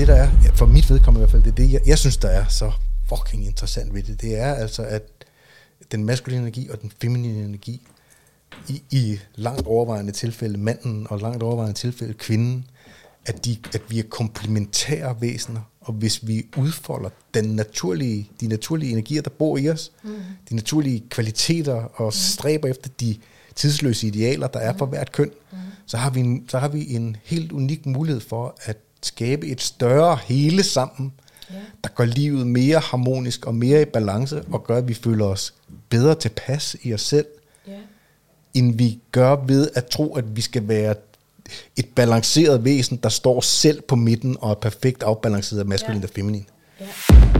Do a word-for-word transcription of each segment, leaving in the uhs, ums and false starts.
det der er, for mit vedkommende i hvert fald, det er det, jeg, jeg synes, der er så fucking interessant ved det. Det er altså, at den maskuline energi og den feminine energi, i, i langt overvejende tilfælde manden, og langt overvejende tilfælde kvinden, at, de, at vi er komplementære væsener, og hvis vi udfolder den naturlige, de naturlige energier, der bor i os, mm. de naturlige kvaliteter, og mm. stræber efter de tidsløse idealer, der er for hvert køn, mm. så, har vi en, så har vi en helt unik mulighed for at skabe et større hele sammen, yeah. der gør livet mere harmonisk og mere i balance, og gør, at vi føler os bedre tilpas i os selv, yeah. end vi gør ved at tro, at vi skal være et balanceret væsen, der står selv på midten og er perfekt afbalanceret af maskulin yeah. og feminin. Yeah.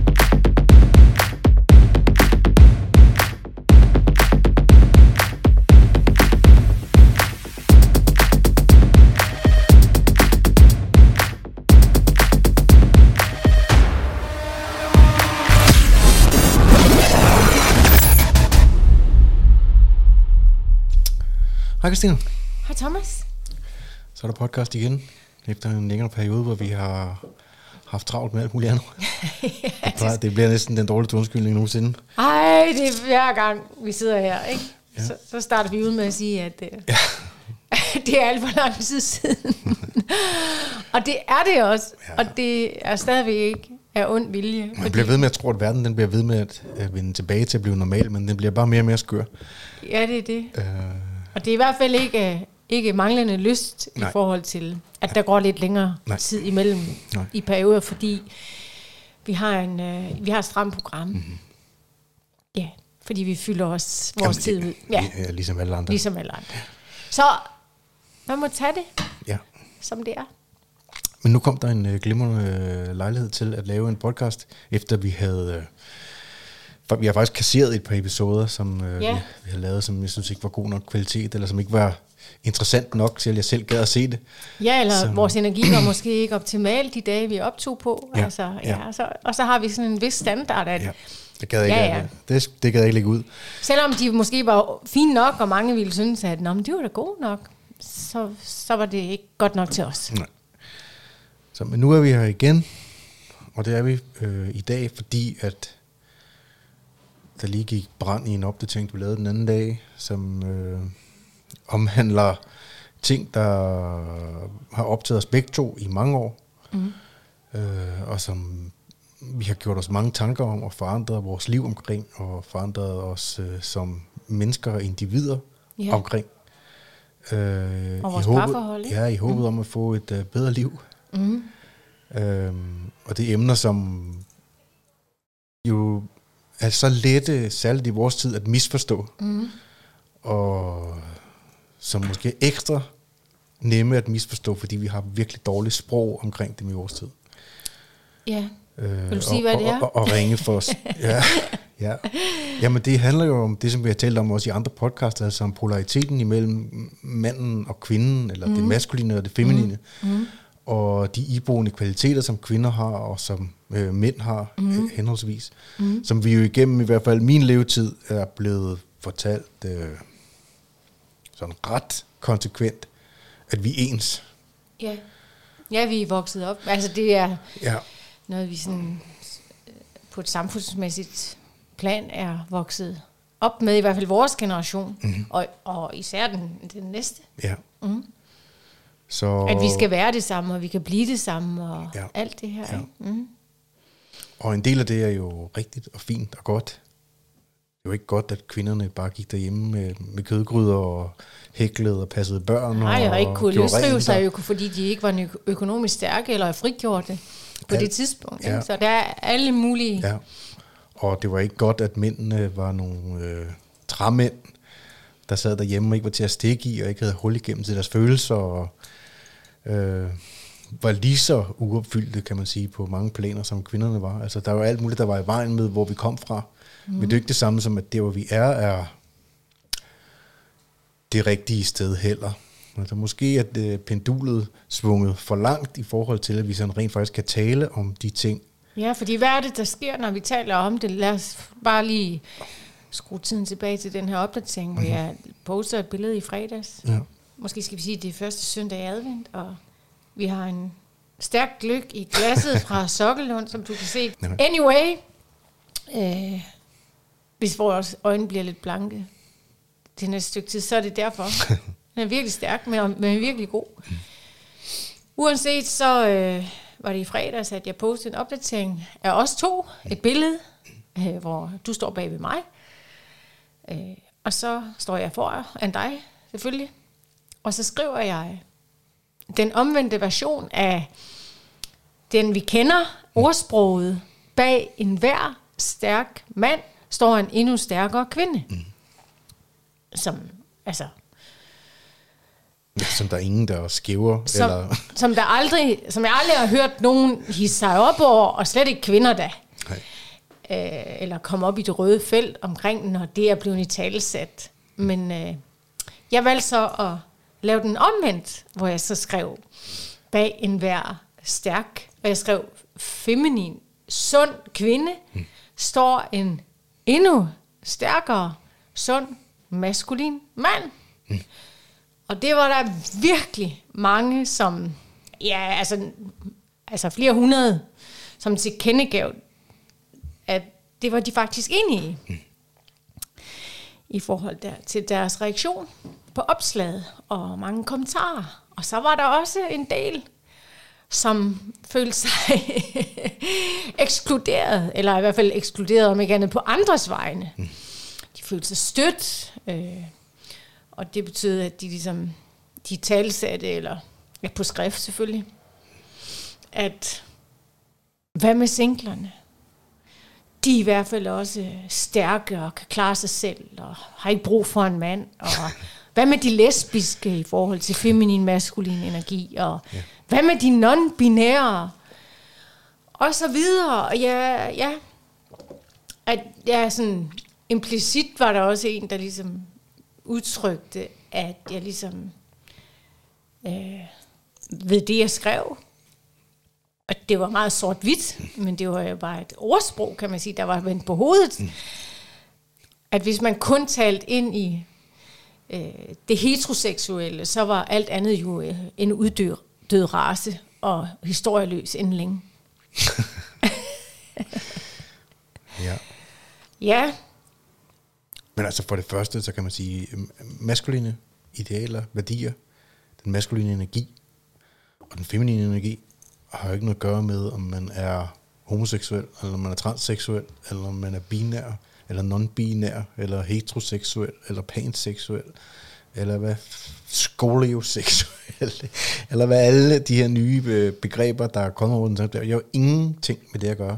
Hej Christine. Hej Thomas. Så er der podcast igen, efter en længere periode, hvor vi har haft travlt med alt muligt andet. ja, det, det bliver næsten den dårligste undskyldning nogensinde. Ej, det er hver gang, vi sidder her, ikke? Ja. Så, så starter vi ud med at sige, at uh, ja. det er alt for lang tid siden. Og det er det også, ja. Og det er stadigvæk ikke af ond vilje. Man fordi bliver ved med at tro, at verden den bliver ved med at uh, vende tilbage til at blive normal, men den bliver bare mere og mere skør. Ja, det er det. Uh, Og det er i hvert fald ikke, ikke manglende lyst Nej. i forhold til, at ja. der går lidt længere Nej. tid imellem Nej. i perioder, fordi vi har, en, øh, vi har et stramt program. Mm-hmm. Ja, fordi vi fylder os vores Jamen, tid ud. Ja. ja, ligesom alle andre. Ligesom alle andre. Så man må tage det, ja. som det er. Men nu kom der en øh, glimrende øh, lejlighed til at lave en podcast, efter vi havde... Øh, Vi har faktisk kasseret et par episoder, som øh, ja. vi, vi har lavet, som jeg synes ikke var god nok kvalitet, eller som ikke var interessant nok til, at jeg selv gad at se det. Ja, eller som vores energi var måske ikke optimal de dage, vi optog på. Ja. Altså, ja. Ja, så, og så har vi sådan en vis standard af det. Ja. Det gad jeg ikke, ja, ja. Det, det gad jeg ikke lægge ud. Selvom de måske var fine nok, og mange ville synes, at Nå, men de var da gode nok, så, så var det ikke godt nok til os. Nej. Så, men nu er vi her igen, og det er vi øh, i dag, fordi at der lige gik brand i en opdatering, du lavede den anden dag, som øh, omhandler ting, der har optaget os begge to i mange år, mm. øh, og som vi har gjort os mange tanker om, og forandret vores liv omkring, og forandret os øh, som mennesker og individer ja. omkring. Øh, og vores parforhold, Ja, i håbet mm. om at få et øh, bedre liv. Mm. Øh, og det er emner, som jo er så lette, særligt i vores tid, at misforstå. Mm. Og som måske ekstra nemme at misforstå, fordi vi har virkelig dårligt sprog omkring dem i vores tid. Ja. Øh, Vil du sige, og, hvad det er? Og, og, og ringe for os. ja, ja. Jamen det handler jo om det, som vi har talt om også i andre podcasts, altså om polariteten imellem manden og kvinden, eller mm. det maskuline og det feminine. Mm. Mm. Og de iboende kvaliteter, som kvinder har, og som øh, mænd har, mm. henholdsvis. Mm. Som vi jo igennem, i hvert fald min levetid, er blevet fortalt øh, sådan ret konsekvent, at vi er ens. Ja, ja vi er vokset op. Altså det er ja. noget, vi sådan på et samfundsmæssigt plan er vokset op med, i hvert fald vores generation, mm. og, og især den, den næste. Ja. Mm. Så at vi skal være det samme, og vi kan blive det samme, og ja. alt det her. Ja. Mm. Og en del af det er jo rigtigt og fint og godt. Det er jo ikke godt, at kvinderne bare gik derhjemme med, med kødgryder og hæklede og passede børn. Nej, og, og ikke kunne løsrive sig, jo, fordi de ikke var økonomisk stærke eller frigjorte på ja. det tidspunkt. Ja. Så der er alle mulige... Ja. Og det var ikke godt, at mændene var nogle øh, træmænd, der sad derhjemme og ikke var til at stikke i, og ikke havde hul igennem til deres følelser, og øh, var lige så uopfyldte, kan man sige, på mange planer, som kvinderne var. Altså, der var alt muligt, der var i vejen med, hvor vi kom fra. Mm. Men det er ikke det samme som, at det, hvor vi er, er det rigtige sted heller. Altså, måske er det pendulet svunget for langt i forhold til, at vi sådan rent faktisk kan tale om de ting. Ja, fordi hvad er det, der sker, når vi taler om det? Lad os bare lige skrue tiden tilbage til den her opdatering, hvor mm-hmm. jeg poster et billede i fredags. Ja. Måske skal vi sige, at det er første søndag i advent, og vi har en stærkt gløgg i glasset fra Sokkelund, som du kan se. Anyway, øh, hvis vores øjne bliver lidt blanke til næste stykke tid, så er det derfor. Den er virkelig stærk, men, men virkelig god. Uanset så øh, var det i fredags, at jeg postede en opdatering af os to. Et billede, øh, hvor du står bag ved mig. Øh, og så står jeg foran dig, selvfølgelig. Og så skriver jeg den omvendte version af den, vi kender, ordsproget. Bag enhver stærk mand står en endnu stærkere kvinde. Mm. Som, altså... Ja, som der er ingen, der skæver. Som, eller... som, der aldrig, som jeg aldrig har hørt nogen hisse sig op over, og slet ikke kvinder da. Nej. Øh, eller komme op i det røde felt omkring, når det er blevet i talesat. Men øh, jeg valgte så at lave den omvendt, hvor jeg så skrev bag enhver stærk, og jeg skrev feminin, sund kvinde, mm. står en endnu stærkere, sund, maskulin mand. Mm. Og det var der virkelig mange, som, ja, altså, altså flere hundrede, som tilkendegav, at det var de faktisk enige i, mm. i forhold der, til deres reaktion på opslaget og mange kommentarer. Og så var der også en del, som følte sig ekskluderet, eller i hvert fald ekskluderet om ikke andet på andres vegne. Mm. De følte sig stødt, øh, og det betød, at de ligesom, de talsatte, eller ja, på skrift selvfølgelig, at hvad med singlerne? De er i hvert fald også stærke og kan klare sig selv, og har ikke brug for en mand. Og hvad med de lesbiske i forhold til feminin, maskulin energi? Og ja. Hvad med de non-binære? Og så videre. Og ja, ja, at ja, sådan implicit var der også en, der ligesom udtrykte, at jeg ligesom øh, ved det, jeg skrev, at det var meget sort-hvidt, men det var jo bare et ordsprog, kan man sige, der var vendt på hovedet. Mm. At hvis man kun talte ind i øh, det heteroseksuelle, så var alt andet jo øh, en uddød død race og historieløs inden længe. Ja. Ja. Men altså for det første, så kan man sige, maskuline idealer, værdier, den maskuline energi og den feminine energi har jo ikke noget at gøre med, om man er homoseksuel, eller om man er transseksuel, eller om man er binær, eller non-binær, eller heteroseksuel, eller panseksuel, eller hvad skoleoseksuel, eller hvad alle de her nye begreber, der er kommet over den, der er jo ingenting med det at gøre.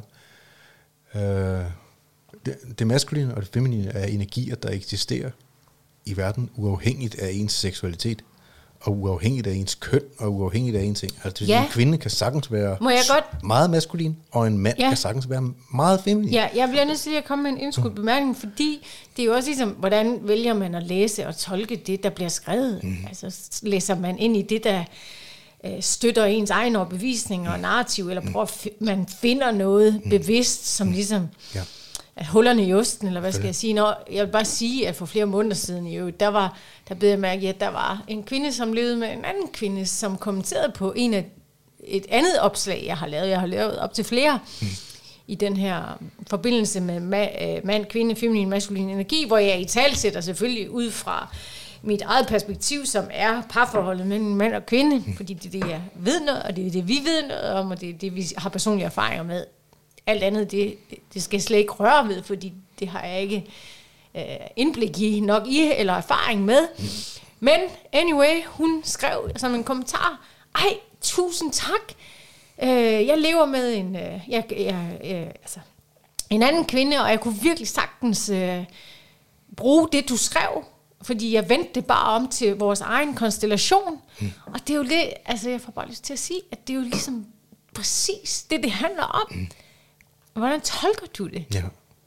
Øh, det, det maskuline og det feminine er energier, der eksisterer i verden, uafhængigt af ens seksualitet, og uafhængigt af ens køn, og uafhængigt af ens ting. Altså, ja. En kvinde kan sagtens være godt? meget maskulin, og en mand ja. kan sagtens være meget feminin. Ja, jeg bliver nødt til at komme med en indskudt bemærkning, fordi det er jo også ligesom, hvordan vælger man at læse og tolke det, der bliver skrevet. Mm. Altså, læser man ind i det, der øh, støtter ens egen overbevisning og narrativ, eller prøver, f- man finder noget mm. bevidst, som mm. ligesom... Ja. At hullerne i osten, eller hvad skal jeg sige? Nå, jeg vil bare sige, at for flere måneder siden, jo, der var, der blev jeg mærke, at der var en kvinde, som levede med en anden kvinde, som kommenterede på en af et andet opslag, jeg har lavet. Jeg har lavet op til flere mm. i den her forbindelse med ma- mand, kvinde, feminin, maskulin energi, hvor jeg i talsætter selvfølgelig ud fra mit eget perspektiv, som er parforholdet mellem mand og kvinde, mm. fordi det er det, jeg ved noget, og det er det, vi ved noget om, og det er det, vi har personlige erfaringer med. Alt andet, det, det skal jeg slet ikke røre ved, fordi det har jeg ikke øh, indblik i, nok i, eller erfaring med. Mm. Men anyway, hun skrev som en kommentar, ej, tusind tak. Øh, jeg lever med en, øh, jeg, jeg, øh, altså, en anden kvinde, og jeg kunne virkelig sagtens øh, bruge det, du skrev, fordi jeg vendte det bare om til vores egen konstellation. Mm. Og det er jo det, altså jeg får bare lyst til at sige, at det er jo ligesom præcis det, det handler om. Mm. Hvordan tolker du det? Ja.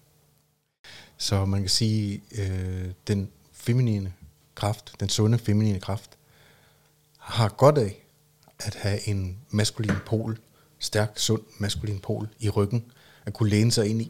Så man kan sige, øh, den feminine kraft, den sunde feminine kraft, har godt af at have en maskulin pol, stærk, sund maskulin pol i ryggen, at kunne læne sig ind i.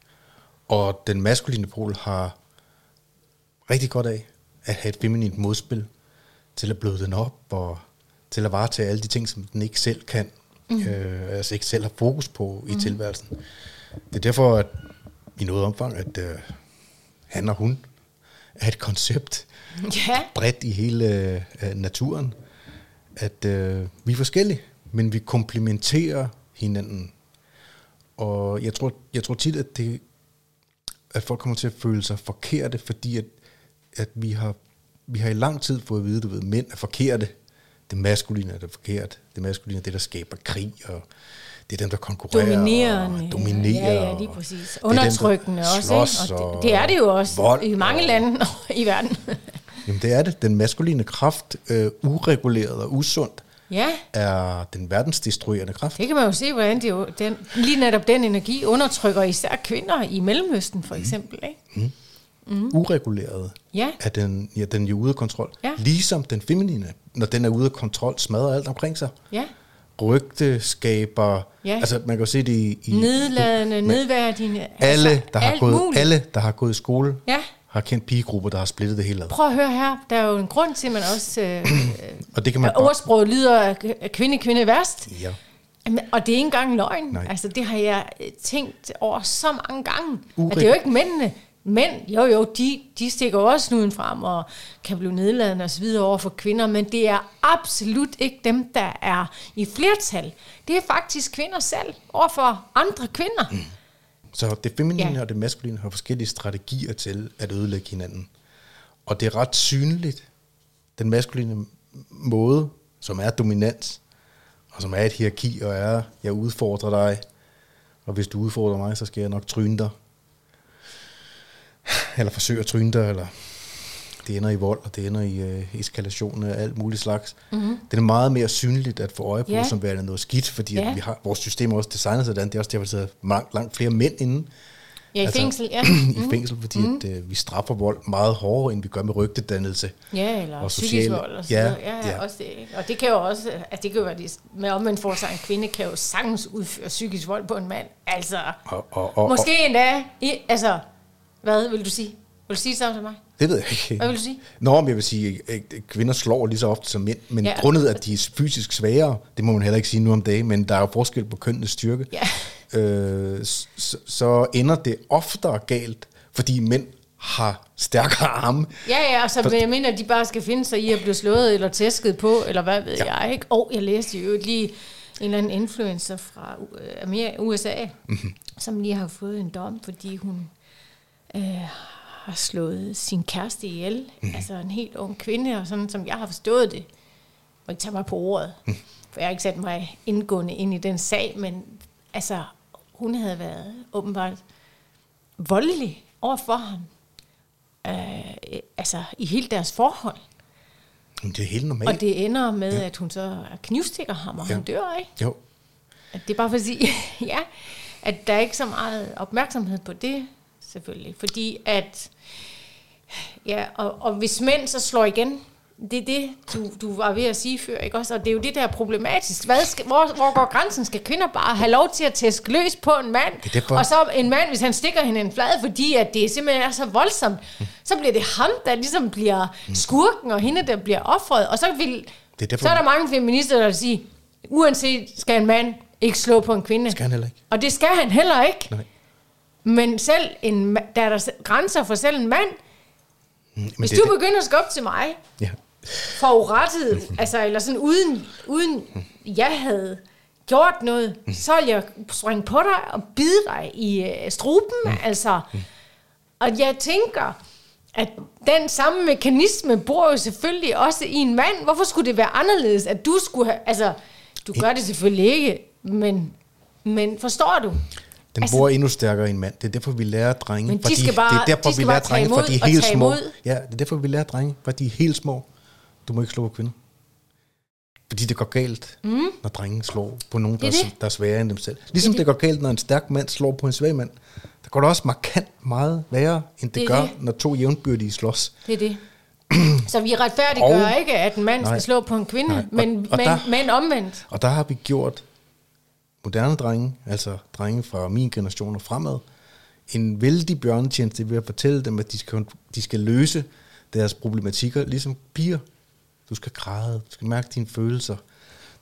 Og den maskuline pol har rigtig godt af at have et feminint modspil til at bløde den op, og til at varetage alle de ting, som den ikke selv kan mm. øh, altså ikke selv har fokus på i mm. tilværelsen. Det er derfor, at i noget omfang, at øh, han og hun er et koncept ja. bredt i hele øh, naturen, at øh, vi er forskellige, men vi komplementerer hinanden. Og jeg tror, jeg tror tit, at, det, at folk kommer til at føle sig forkerte, fordi at, at vi, har, vi har i lang tid fået at vide, du ved, mænd er forkerte. Det maskuline er det forkert. Det maskuline er det, der skaber krig, og det er dem, der konkurrerer. Dominerende. Og dominerer. Ja, ja, lige præcis. Undertrykkende dem, også. Ikke? Og det, det er det jo også vold, i mange lande i verden. Jamen det er det. Den maskuline kraft, øh, ureguleret og usundt, ja. er den verdensdestruerende kraft. Det kan man jo se, hvordan det jo, den, lige netop den energi undertrykker især kvinder i Mellemøsten for eksempel. Ikke? Mm. Mm. Ureguleret ja. er den, ja, den jo ude af kontrol. Ja. Ligesom den feminine, når den er ude af kontrol, smadrer alt omkring sig. Ja. Rygte skaber, ja. altså man kan jo se det i... i nedladende, nedværdigende. Alle, altså, der har gået, alle, der har gået i skole, ja. har kendt pigegrupper, der har splittet det hele ad. Prøv at høre her, der er jo en grund til, at man også... Øh, og det kan man ordsproget lyder kvinde, kvinde værst. Ja. Og det er ikke engang løgn. Nej. Altså, det har jeg tænkt over så mange gange. Urig. At det er jo ikke mændene. Mænd, jo jo, de, de stikker også snuden frem og kan blive nedladende og så videre over for kvinder, men det er absolut ikke dem, der er i flertal. Det er faktisk kvinder selv over for andre kvinder. Mm. Så det feminine ja. og det maskuline har forskellige strategier til at ødelægge hinanden. Og det er ret synligt, den maskuline måde, som er dominans, og som er et hierarki, og er, jeg udfordrer dig, og hvis du udfordrer mig, så skal jeg nok tryne dig. Eller forsøge at tryne dig, eller det ender i vold, og det ender i øh, eskalation af alt muligt slags. Mm-hmm. Det er meget mere synligt at få øje på, yeah. som værende noget skidt, fordi yeah. at vi har, vores system er også designet sådan, det er også derfor, der sidder langt, langt flere mænd inde. Ja, i altså, fængsel, ja. I fængsel, fordi mm. at, øh, vi straffer vold meget hårdere, end vi gør med rygtedannelse. Ja, eller og psykisk vold og så ja, ja, ja, også det. Og det kan jo også, at det kan jo være, det, med omvendt for sig, en kvinde kan jo sagtens udføre psykisk vold på en mand. Altså, og, og, og, måske og, endda, i, altså, hvad vil du sige? Vil du sige sammen til mig? Det ved jeg ikke. Hvad vil du sige? Nå, men jeg vil sige, at kvinder slår lige så ofte som mænd, men ja. Grundet, at de er fysisk svagere, det må man heller ikke sige nu om dagen, men der er jo forskel på kønnenes styrke, ja. øh, så, så ender det oftere galt, fordi mænd har stærkere arme. Ja, ja, og så For, jeg mener, at de bare skal finde sig i at blive slået eller tæsket på, eller hvad ved ja. jeg, ikke? Og jeg læste jo lige en eller anden influencer fra U S A, mm-hmm. som lige har fået en dom, fordi hun... Øh, har slået sin kæreste ihjel, mm. altså en helt ung kvinde, og sådan som jeg har forstået det, må ikke tage mig på ordet, mm. for jeg har ikke sat mig indgående ind i den sag, men altså, hun havde været åbenbart voldelig overfor ham, øh, altså i hele deres forhold. Det er helt normalt. Og det ender med, ja. at hun så knivstikker ham, og ja. han dør, ikke? Jo. At det er bare for at sige, ja, at der er ikke så meget opmærksomhed på det, selvfølgelig, fordi at ja, og, og hvis mænd så slår igen, det er det, du, du var ved at sige før, ikke også? Og det er jo det, der er problematisk. Hvad skal, hvor, hvor går grænsen? Skal kvinder bare have lov til at tæske løs på en mand? Det det og så en mand, hvis han stikker hende en flade, fordi at det simpelthen er så voldsomt, mm. så bliver det ham, der ligesom bliver skurken, og hende, der bliver offret. Og så, vil, det er derfor, så er der mange feminister, der siger, uanset skal en mand ikke slå på en kvinde. Skal han heller ikke. Og det skal han heller ikke. Nej. Men selv en, der er der grænser for selv en mand. Mm, Hvis du det, begynder at skubbe til mig, ja. forurettet, altså, eller sådan uden, uden jeg havde gjort noget, mm. så ville jeg springe på dig og bide dig i uh, struben, mm. altså. Mm. Og jeg tænker, at den samme mekanisme bor jo selvfølgelig også i en mand. Hvorfor skulle det være anderledes, at du skulle have, altså, du gør det selvfølgelig ikke, men, men forstår du? Den altså, bor endnu stærkere i en mand. Det er derfor, vi lærer drenge. Men de skal bare, det er derfor, de skal vi lærer bare tage imod for de er helt små. Imod. Ja, det er derfor, vi lærer drenge, for de er helt små. Du må ikke slå på kvinder. Fordi det går galt, mm. når drenge slår på nogen, der, det det. der er sværere end dem selv. Ligesom det, det. det går galt, når en stærk mand slår på en svag mand. Der går det også markant meget værre, end det, det gør, det. når to jævnbyrdige slås. Det er det. Så vi retfærdiggør og, ikke, at en mand nej, skal slå på en kvinde, nej, men, og, og men, der, men omvendt. Og der har vi gjort moderne drenge, altså drenge fra min generation og fremad, en vældig bjørnetjeneste ved at fortælle dem, at de skal, de skal løse deres problematikker, ligesom piger. Du skal græde, du skal mærke dine følelser,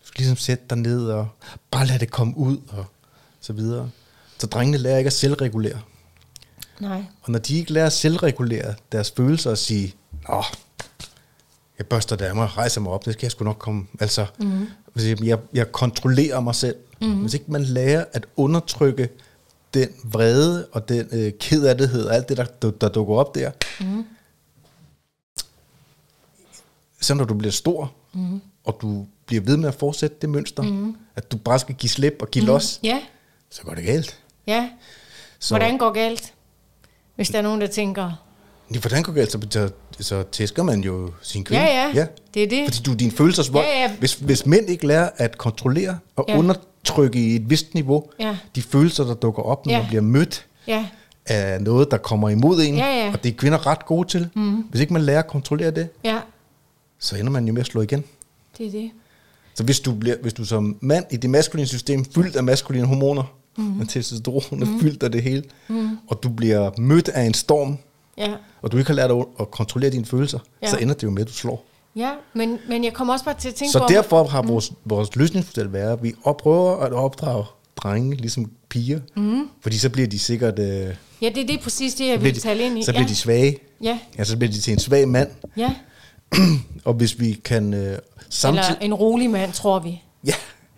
Du skal ligesom sætte dig ned og bare lade det komme ud og så videre. Så drengene lærer ikke at selvregulere. Nej. Og når de ikke lærer at selvregulere deres følelser og sige, åh, jeg børster der mig, rejser mig op, det skal jeg sgu nok komme. Altså, mm. jeg, jeg kontrollerer mig selv. Mm. Hvis ikke man lærer at undertrykke den vrede og den øh, kederlighed og alt det, der, der dukker op der, mm. så når du bliver stor, mm. og du bliver ved med at fortsætte det mønster, mm. at du bare skal give slip og give mm. los, ja. så går det galt. Ja. Så, hvordan går galt? Hvis der er nogen, der tænker... Ja, hvordan går galt? Så, så, så tæsker man jo sin kvinde. Ja, ja, ja. Det er det. Fordi du er din følelsesvold. Ja, ja. Hvis, hvis mænd ikke lærer at kontrollere og ja. undertrykke i et vist niveau, ja. de følelser, der dukker op, når ja. man bliver mødt ja. af noget, der kommer imod en, ja, ja. og det er kvinder ret gode til. Mm. Hvis ikke man lærer at kontrollere det, ja. så ender man jo med at slå igen. Det er det. Så hvis du, bliver, hvis du som mand i det maskuline system, fyldt af maskuline hormoner, mm. med testosteron er mm. fyldt af det hele, mm. og du bliver mødt af en storm, ja. og du ikke har lært at, at kontrollere dine følelser, ja. så ender det jo med, at du slår. Ja, men, men jeg kommer også bare til at tænke så på... Så derfor har vores, mm. vores løsningsmodel været, at vi prøver at opdrage drenge, ligesom piger, mm. fordi så bliver de sikkert... Øh, ja, det er det præcis det, jeg vil tale ind i. Så bliver ja. de svage. Ja. ja. Så bliver de til en svag mand. Ja. Og hvis vi kan... Øh, samtidig... Eller en rolig mand, tror vi. Ja,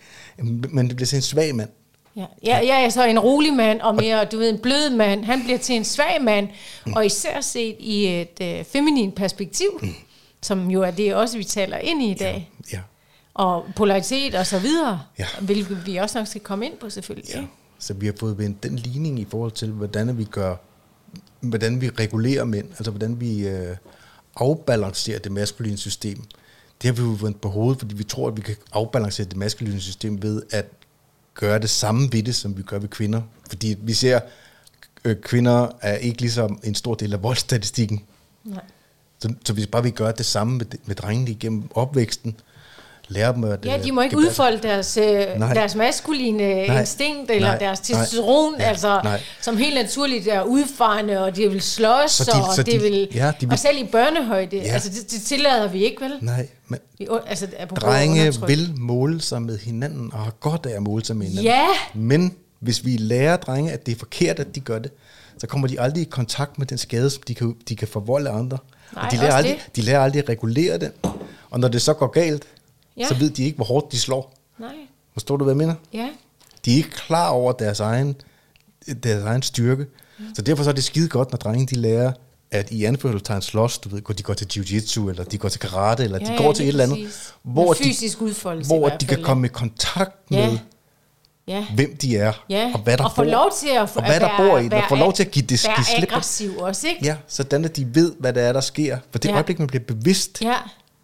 men det bliver til en svag mand. Ja, ja, ja, så en rolig mand, og mere, du ved, en blød mand, han bliver til en svag mand, mm. og især set i et øh, feminint perspektiv, mm. som jo er det også, vi taler ind i i dag, ja, ja. og polaritet og så videre, ja. hvilket vi også nok skal komme ind på selvfølgelig. Ja. Så vi har fået vendt den ligning i forhold til, hvordan vi gør, hvordan vi regulerer mænd, altså hvordan vi øh, afbalancerer det maskuline system. Det har vi jo vendt på hovedet, fordi vi tror, at vi kan afbalancere det maskuline system ved at gøre det samme ved det, som vi gør ved kvinder. Fordi vi ser, at kvinder er ikke ligesom en stor del af voldsstatistikken. Nej. Så, så hvis bare vi gør det samme med, med drengene igennem opvæksten, lære dem at... Ja, de må ikke udfolde deres, deres maskuline nej. instinkt, eller nej. deres testosteron, ja. altså, nej. som helt naturligt er udfarende, og de vil slås, de, og, de, de vil, ja, de vil, og selv i børnehøjde, ja. altså det, det tillader vi ikke, vel? Nej, men vi, altså, drenge vil måle sig med hinanden, og har godt af at måle sig med hinanden. Ja! Men hvis vi lærer drenge, at det er forkert, at de gør det, så kommer de aldrig i kontakt med den skade, som de kan, de kan forvolde andre. Nej, og de lærer, aldrig, de lærer aldrig at regulere den. Og når det så går galt, ja. så ved de ikke, hvor hårdt de slår. Nej. Forstår du, hvad jeg mener? Ja. De er ikke klar over deres egen, deres egen styrke. Ja. Så derfor så er det skide godt, når drenge de lærer, at i anførselstegn slås, du ved, de går til jiu-jitsu, eller de går til karate, eller ja, de går ja, til et eller andet, hvor fysisk de, udfoldelse hvor de kan komme i kontakt med, ja. Ja. hvem de er, ja. og hvad der og bor, lov til at, og hvad der være, bor i den, og få lov til at give det give slip. Aggressiv også, ikke? Ja, sådan at de ved, hvad der er, der sker. For det ja. øjeblik, man bliver bevidst, ja.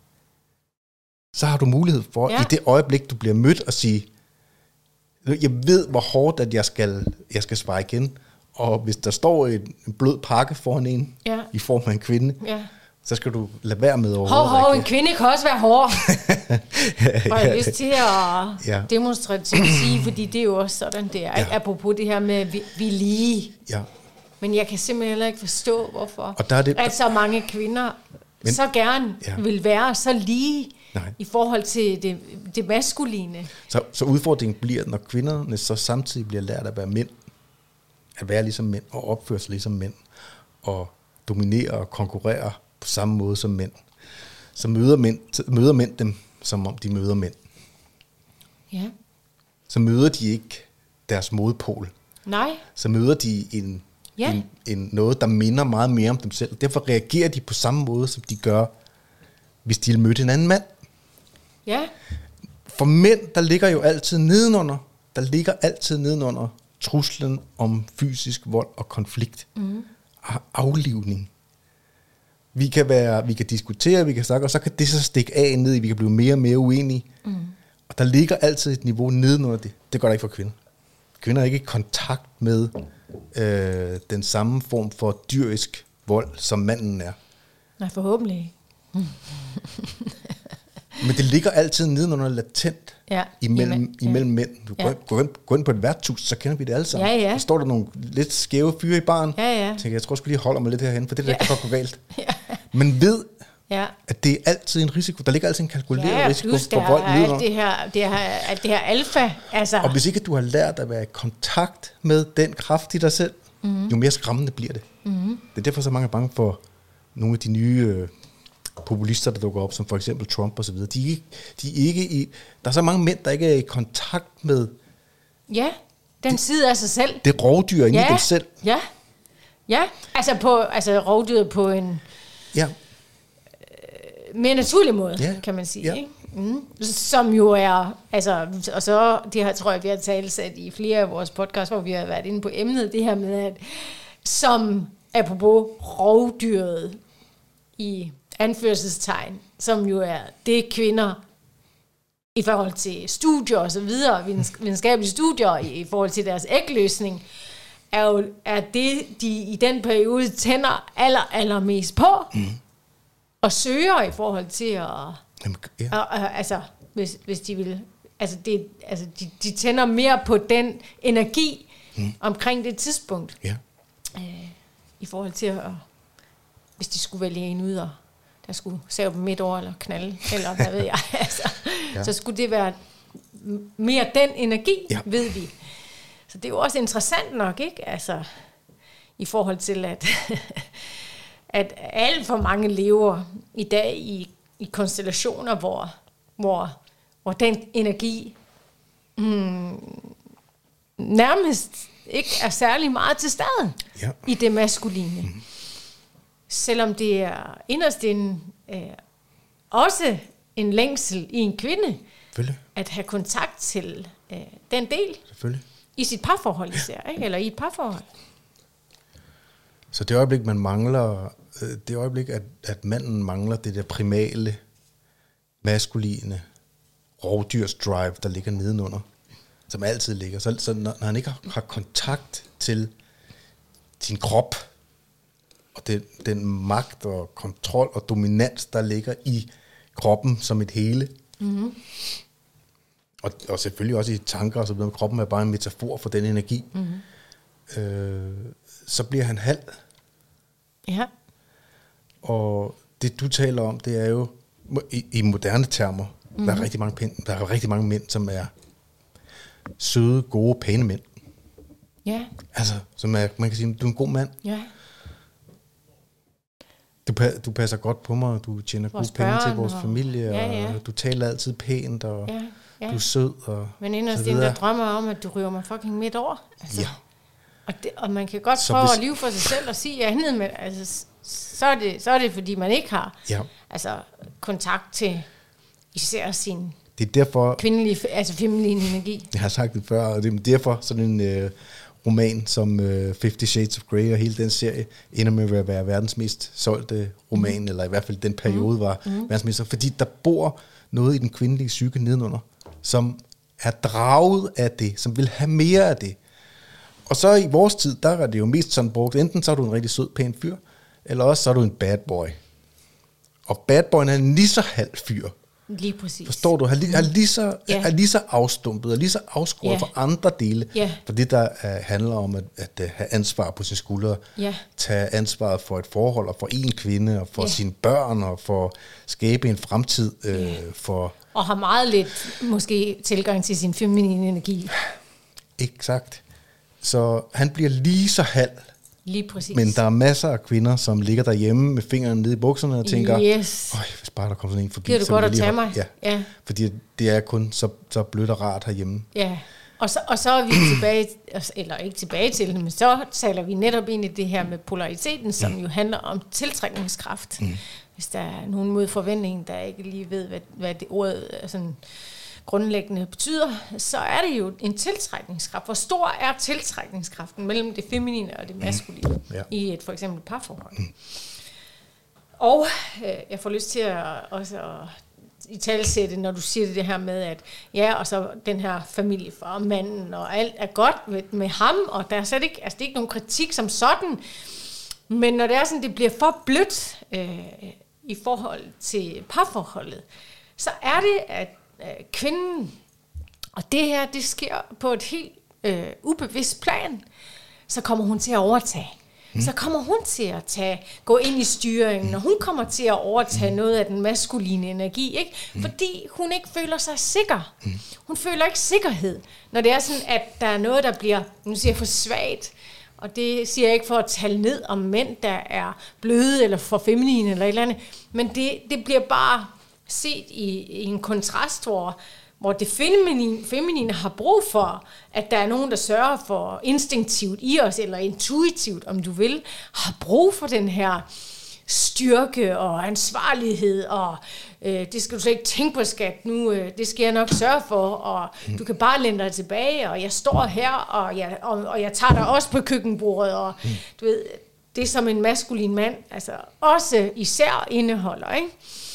så har du mulighed for, ja. i det øjeblik, du bliver mødt, at sige, jeg ved, hvor hårdt, at jeg skal, jeg skal svare igen. Og hvis der står en, en blød pakke foran en, ja. i form af en kvinde, ja. så skal du lade være med overhovedet. Hov, hov, en kvinde kan også være hård. Og jeg har lyst til at ja. demonstrativt sige, fordi det er jo også sådan, det er. Ja. Apropos det her med, at vi, vi er lige. Ja. Men jeg kan simpelthen heller ikke forstå, hvorfor. Og der er det, at så mange kvinder men, så gerne ja. vil være så lige Nej. i forhold til det, det maskuline. Så, så udfordringen bliver, når kvinderne så samtidig bliver lært at være mænd, at være ligesom mænd, og opføre sig ligesom mænd, og dominere og konkurrere på samme måde som mænd, så møder mænd, så møder mænd dem, som om de møder mænd. Ja. Så møder de ikke deres modpol. Nej. Så møder de en, ja. en, en noget, der minder meget mere om dem selv. Derfor reagerer de på samme måde, som de gør, hvis de vil møde en anden mand. Ja. For mænd, der ligger jo altid nedenunder, der ligger altid nedenunder truslen om fysisk vold og konflikt. Mm. Og aflivning. Vi kan være, vi kan diskutere, vi kan snakke, og så kan det så stikke af ned i, vi kan blive mere og mere uenige. Mm. Og der ligger altid et niveau nedenunder det. Det gør der ikke for kvinder. Kvinder er ikke i kontakt med øh, den samme form for dyrisk vold, som manden er. Nej, forhåbentlig. Mm. Men det ligger altid nedenunder latent ja, imellem, ja. imellem mænd. Du ja. går, ind, går ind på et værtshus, så kender vi det alle sammen. Ja, ja. Der står der nogle lidt skæve fyre i baren. Ja, ja. Jeg tænker, jeg tror, jeg skulle lige holde mig lidt herhen, for det der ja. kan godt gå galt. Ja. Men ved, Ja. At det er altid en risiko. Der ligger altid en kalkuleret ja, risiko plus, for vold. Ja, alt det her, det her, alt det her alfa. Altså. Og hvis ikke du har lært at være i kontakt med den kraft i dig selv, mm-hmm. jo mere skræmmende bliver det. Mm-hmm. Det er derfor, så mange er bange for nogle af de nye øh, populister, der dukker op, som for eksempel Trump og så videre. De er ikke, de er ikke i, der er så mange mænd, der ikke er i kontakt med... Ja, den de, side af sig selv. Det rovdyr inde ja, i dem selv. Ja, ja. Altså, på, altså rovdyret på en... Ja. Mere naturlig måde, ja. kan man sige, ja. ikke? Mm. Som jo er, altså, og så, det her tror jeg, vi har talt i flere af vores podcasts, hvor vi har været inde på emnet, det her med, at som apropos rovdyret i anførselstegn, som jo er det kvinder i forhold til studier og så videre, videnskabelige studier i forhold til deres ægløsning, er jo er det, de i den periode tænder aller, allermest på, mm. og søger i forhold til at, Jamen, ja. at, at altså, hvis, hvis de vil, altså, det, altså de, de tænder mere på den energi mm. omkring det tidspunkt, ja. øh, i forhold til at, hvis de skulle vælge en ud, og der skulle save dem midt over, eller knalde, eller hvad ved jeg, altså, ja. så skulle det være mere den energi, ja. ved vi. Så det er jo også interessant nok, ikke? Altså, i forhold til, at, at alt for mange lever i dag i, i konstellationer, hvor, hvor, hvor den energi hmm, nærmest ikke er særlig meget til stede ja. i det maskuline. Mm. Selvom det er inderst en, øh, også en længsel i en kvinde, at have kontakt til øh, den del. Selvfølgelig. I sit parforhold især, ikke? Eller i et parforhold. Så det øjeblik, man mangler, det øjeblik, at, at manden mangler det der primale, maskuline, rovdyrsdrive, der ligger nedenunder, som altid ligger. Så, så når, når han ikke har, har kontakt til sin krop, og den, den magt og kontrol og dominans, der ligger i kroppen som et hele, mm-hmm. Og, og selvfølgelig også i tanker og så videre. Kroppen er bare en metafor for den energi. Mm-hmm. Øh, så bliver han halv. Ja. Og det du taler om, det er jo i, i moderne termer. Mm-hmm. Der er rigtig mange pind, der er rigtig mange mænd, som er søde, gode, pæne mænd. Ja. Altså, som er, man kan sige, du er en god mand. Ja. Du, du passer godt på mig, du tjener gode penge til vores og, familie, ja, ja. Og du taler altid pænt, og ja. Ja. Du er sød, og men inderst inde, der drømmer om, at du ryger mig fucking midt over. Altså. Ja. Og, det, og man kan godt så prøve hvis... at leve for sig selv og sige andet, men altså, så, er det, så er det, fordi man ikke har ja. altså, kontakt til især sin det er derfor, kvindelige, altså feminine energi. Jeg har sagt det før, og det er derfor sådan en øh, roman som øh, Fifty Shades of Grey og hele den serie ender med at være verdens mest solgte roman, mm. eller i hvert fald den periode mm. var mm. verdens mest, fordi der bor noget i den kvindelige psyke nedenunder, som er draget af det, som vil have mere af det. Og så i vores tid, der er det jo mest sådan brugt, enten så er du en rigtig sød, pæn fyr, eller også så er du en bad boy. Og bad boyen er en lige så halv fyr. Lige præcis. Forstår du? Er lige, er lige, så, yeah. er lige så afstumpet, og lige så afskåret yeah. for andre dele. Yeah. For det, der uh, handler om at, at uh, have ansvar på sine skuldre, yeah. tage ansvaret for et forhold, og for en kvinde, og for yeah. sine børn, og for at skabe en fremtid uh, yeah. for... Og har meget lidt, måske, tilgang til sin feminine energi. Exakt. Så han bliver lige så halv. Lige præcis. Men der er masser af kvinder, som ligger derhjemme med fingrene nede i bukserne og tænker, yes. øj, hvis bare der kommer sådan en forbi. Giver du godt at tage mig? Ja. ja, fordi det er kun så, så blødt og rart herhjemme. Ja, og så, og så er vi tilbage, eller ikke tilbage til det, men så taler vi netop ind i det her med polariteten, som mm. jo handler om tiltrækningskraft. Mm. Hvis der er nogen mod forventning, der ikke lige ved, hvad, hvad det ordet sådan grundlæggende betyder, så er det jo en tiltrækningskraft. Hvor stor er tiltrækningskraften mellem det feminine og det maskuline mm. ja. i et for eksempel parforhold? Mm. Og øh, jeg får lyst til at også at i talsætte, når du siger det her med, at ja, og så den her familiefar, manden, og alt er godt med, med ham, og der er slet ikke, altså det er ikke nogen kritik som sådan, men når det er sådan, det bliver for blødt øh, i forhold til parforholdet, så er det, at øh, kvinden, og det her, det sker på et helt øh, ubevidst plan, så kommer hun til at overtage. mm. så kommer hun til at tage, gå ind i styringen, mm. og hun kommer til at overtage mm. noget af den maskuline energi, ikke? Mm. Fordi hun ikke føler sig sikker. Mm. Hun føler ikke sikkerhed, når det er sådan, at der er noget, der bliver, nu siger jeg, for svagt. Og det siger jeg ikke for at tale ned om mænd, der er bløde eller for feminine eller et eller andet, men det, det bliver bare set i, i en kontrast, hvor hvor det feminine, feminine har brug for, at der er nogen, der sørger for instinktivt i os, eller intuitivt, om du vil, har brug for den her styrke og ansvarlighed, og øh, det skal du slet ikke tænke på, skat, nu, øh, det skal jeg nok sørge for, og du kan bare læne dig tilbage, og jeg står her, og jeg, og, og jeg tager dig også på køkkenbordet, og du ved, det som en maskulin mand, altså også især indeholder, ikke?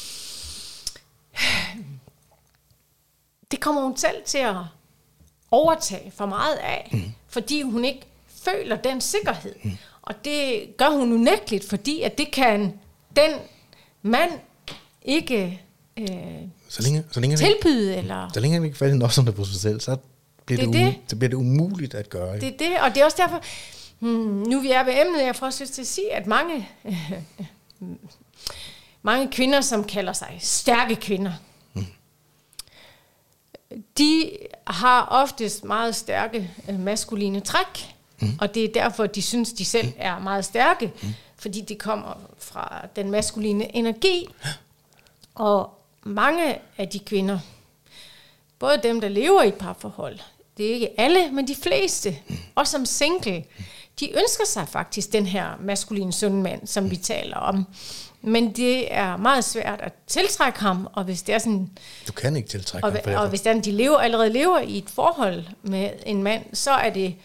Det kommer hun selv til at overtage for meget af, mm. fordi hun ikke føler den sikkerhed. Mm. Og det gør hun unægteligt, fordi at det kan den mand ikke øh, så længe, så længe tilbyde. Han, eller så længe han ikke falder også på sig selv, så bliver det, det, um, så bliver det umuligt at gøre. Ikke? Det er det, og det er også derfor, hmm, nu vi er ved emnet, jeg får også lyst til at sige, at mange, øh, mange kvinder, som kalder sig stærke kvinder, de har oftest meget stærke øh, maskuline træk, mm. og det er derfor, de synes, de selv er meget stærke, mm. fordi de kommer fra den maskuline energi. Og mange af de kvinder, både dem, der lever i et parforhold, det er ikke alle, men de fleste, mm. også som single, de ønsker sig faktisk den her maskuline sunde mand, som vi taler om. Men det er meget svært at tiltrække ham, og hvis det er sådan... Du kan ikke tiltrække og, ham. Og, og hvis den, de lever, allerede lever i et forhold med en mand, så er det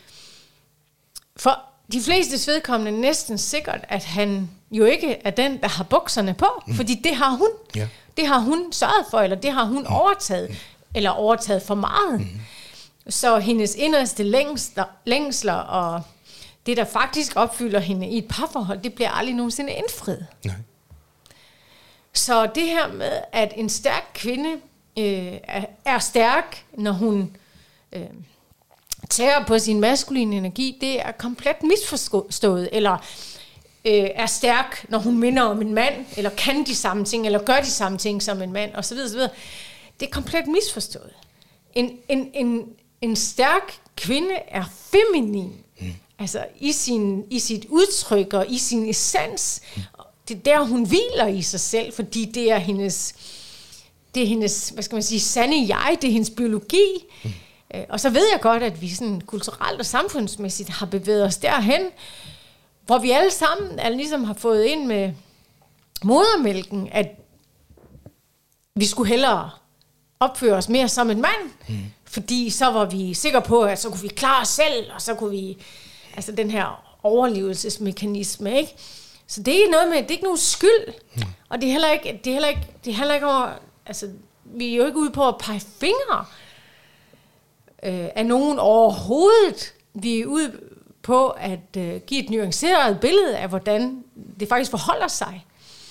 for de fleste vedkommende næsten sikkert, at han jo ikke er den, der har bukserne på, mm. fordi det har hun. Ja. Det har hun sørget for, eller det har hun mm. overtaget, mm. eller overtaget for meget. Mm. Så hendes inderste længsler, længsler og det, der faktisk opfylder hende i et parforhold, det bliver aldrig nogensinde indfriet. Nej. Så det her med, at en stærk kvinde øh, er, er stærk, når hun øh, tager på sin maskuline energi, det er komplet misforstået, eller øh, er stærk, når hun minder om en mand, eller kan de samme ting, eller gør de samme ting som en mand, osv. osv. Det er komplet misforstået. En, en, en, en stærk kvinde er feminin, mm. altså i, sin, i sit udtryk og i sin essens. Mm. Det er der, hun hviler i sig selv, fordi det er hendes, det er hendes, hvad skal man sige, sande jeg, det er hendes biologi. Mm. Og så ved jeg godt, at vi sådan kulturelt og samfundsmæssigt har bevæget os derhen, hvor vi alle sammen altså ligesom har fået ind med modermælken, at vi skulle hellere opføre os mere som en mand, mm. fordi så var vi sikre på, at så kunne vi klare os selv, og så kunne vi, altså den her overlevelsesmekanisme, ikke? Så det er ikke noget med, det er ikke nogen skyld, mm. og det er heller ikke, det er heller ikke, det er heller ikke over, altså vi er jo ikke ude på at pege fingre øh, af nogen overhovedet. Vi er ude på at øh, give et nuanceret billede af, hvordan det faktisk forholder sig.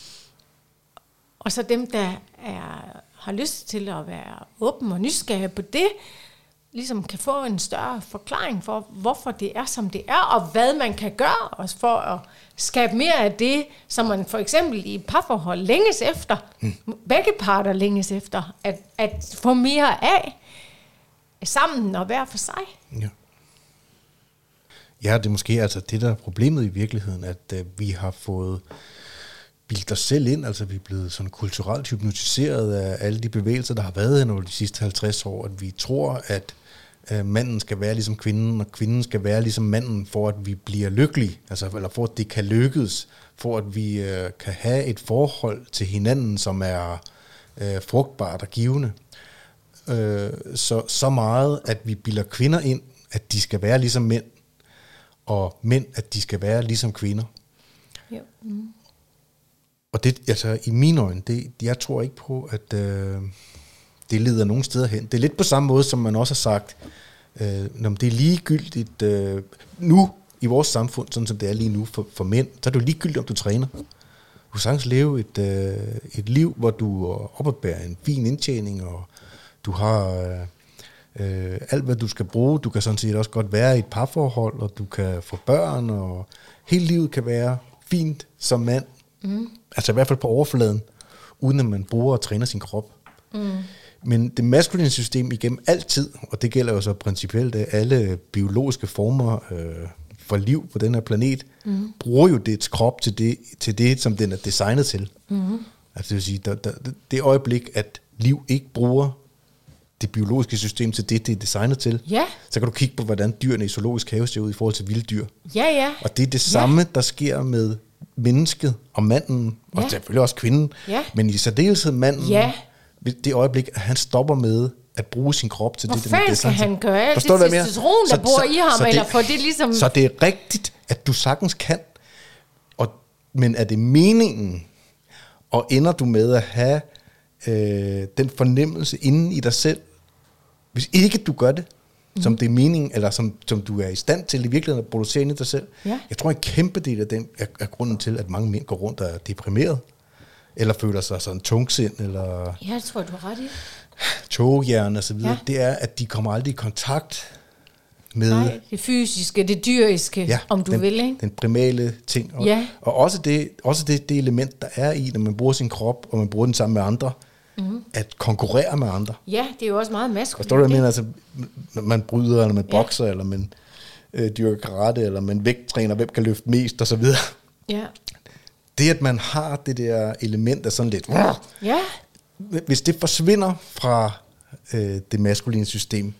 Og så dem, der er, har lyst til at være åben og nysgerrige på det, ligesom kan få en større forklaring for, hvorfor det er, som det er, og hvad man kan gøre også for at skabe mere af det, som man for eksempel i et parforhold længes efter, mm. begge parter længes efter, at, at få mere af sammen og hver for sig. Ja. Ja, det er måske altså det, der er problemet i virkeligheden, at uh, vi har fået bildet os selv ind, altså vi er blevet sådan kulturelt hypnotiseret af alle de bevægelser, der har været hen over de sidste halvtreds år, at vi tror, at uh, manden skal være ligesom kvinden, og kvinden skal være ligesom manden, for at vi bliver lykkelige, altså, eller for at det kan lykkes, for at vi uh, kan have et forhold til hinanden, som er uh, frugtbart og givende. Uh, så, så meget, at vi bilder kvinder ind, at de skal være ligesom mænd, og mænd, at de skal være ligesom kvinder. Jo. Mm. Og det, altså i mine øjne, det, jeg tror ikke på, at øh, det leder nogen steder hen. Det er lidt på samme måde, som man også har sagt, øh, når det er ligegyldigt øh, nu i vores samfund, sådan som det er lige nu for, for mænd, så er det jo ligegyldigt, om du træner. Du kan sagtens leve et, øh, et liv, hvor du oparbejder en fin indtjening, og du har, øh, Øh, alt, hvad du skal bruge, du kan sådan set også godt være i et parforhold, og du kan få børn, og hele livet kan være fint som mand. Mm. Altså i hvert fald på overfladen, uden at man bruger og træner sin krop. Mm. Men det maskuline system igennem altid, og det gælder jo så principielt alle biologiske former øh, for liv på den her planet, mm. bruger jo dets krop til det, til det, som den er designet til. Mm. Altså det vil sige, der, der, det øjeblik, at liv ikke bruger det biologiske system til det, det er designet til, ja. så kan du kigge på, hvordan dyrene i zoologisk have ser ud i forhold til vilde dyr. Ja, ja. Og det er det samme, ja. der sker med mennesket og manden, og ja. selvfølgelig også kvinden, ja. men i særdeleshed manden, ja. det øjeblik, at han stopper med at bruge sin krop til Hvor det, den er designet til. Hvor fanden skal han gøre alt det testosteron, der bor i ham, eller for det ligesom... Så det er rigtigt, at du sagtens kan, og, men er det meningen, og ender du med at have øh, den fornemmelse inden i dig selv, hvis ikke du gør det, mm. som det er meningen, eller som, som du er i stand til i virkeligheden at producere inde i dig selv. Ja. Jeg tror, en kæmpe del af den er, er grunden til, at mange mænd går rundt og er deprimeret, eller føler sig sådan tungsind, eller... Ja, jeg tror, du har ret i. Toghjerne og så videre. Ja. Det er, at de kommer aldrig i kontakt med... Nej, det fysiske, det dyriske, ja, om du den, vil, ikke? den primale ting. Og, ja. og også, det, også det, det element, der er i, når man bruger sin krop, og man bruger den sammen med andre, mm-hmm. at konkurrere med andre. Ja, det er jo også meget maskulint. Forstår du, hvad jeg mener? Altså, man bryder, eller man ja. bokser, eller man øh, dyrker karate, eller man vægttræner, hvem kan løfte mest, og så videre. Ja. Det, at man har det der element af sådan lidt... Ja. Hvis det forsvinder fra øh, det maskuline system,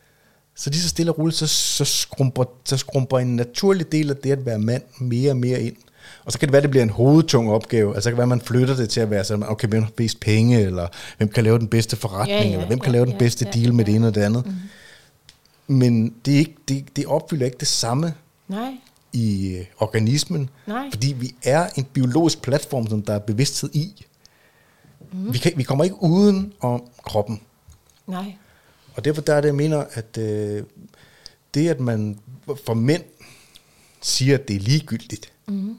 så lige så stille og roligt, så, så, skrumper, så skrumper en naturlig del af det at være mand mere og mere ind. Og så kan det være, at det bliver en hovedtung opgave. Altså det kan være, at man flytter det til at være sådan, okay, hvem har bedst penge, eller hvem kan lave den bedste forretning, ja, ja, eller hvem kan ja, lave den bedste ja, deal ja, med ja. det ene og det andet. Mm-hmm. Men det, er ikke, det, det opfylder ikke det samme Nej. i øh, organismen, Nej. fordi vi er en biologisk platform, som der er bevidsthed i. Mm. Vi, kan, vi kommer ikke uden om kroppen. Nej. Og derfor der er det, jeg mener, at øh, det, at man for mænd siger, at det er ligegyldigt, mm.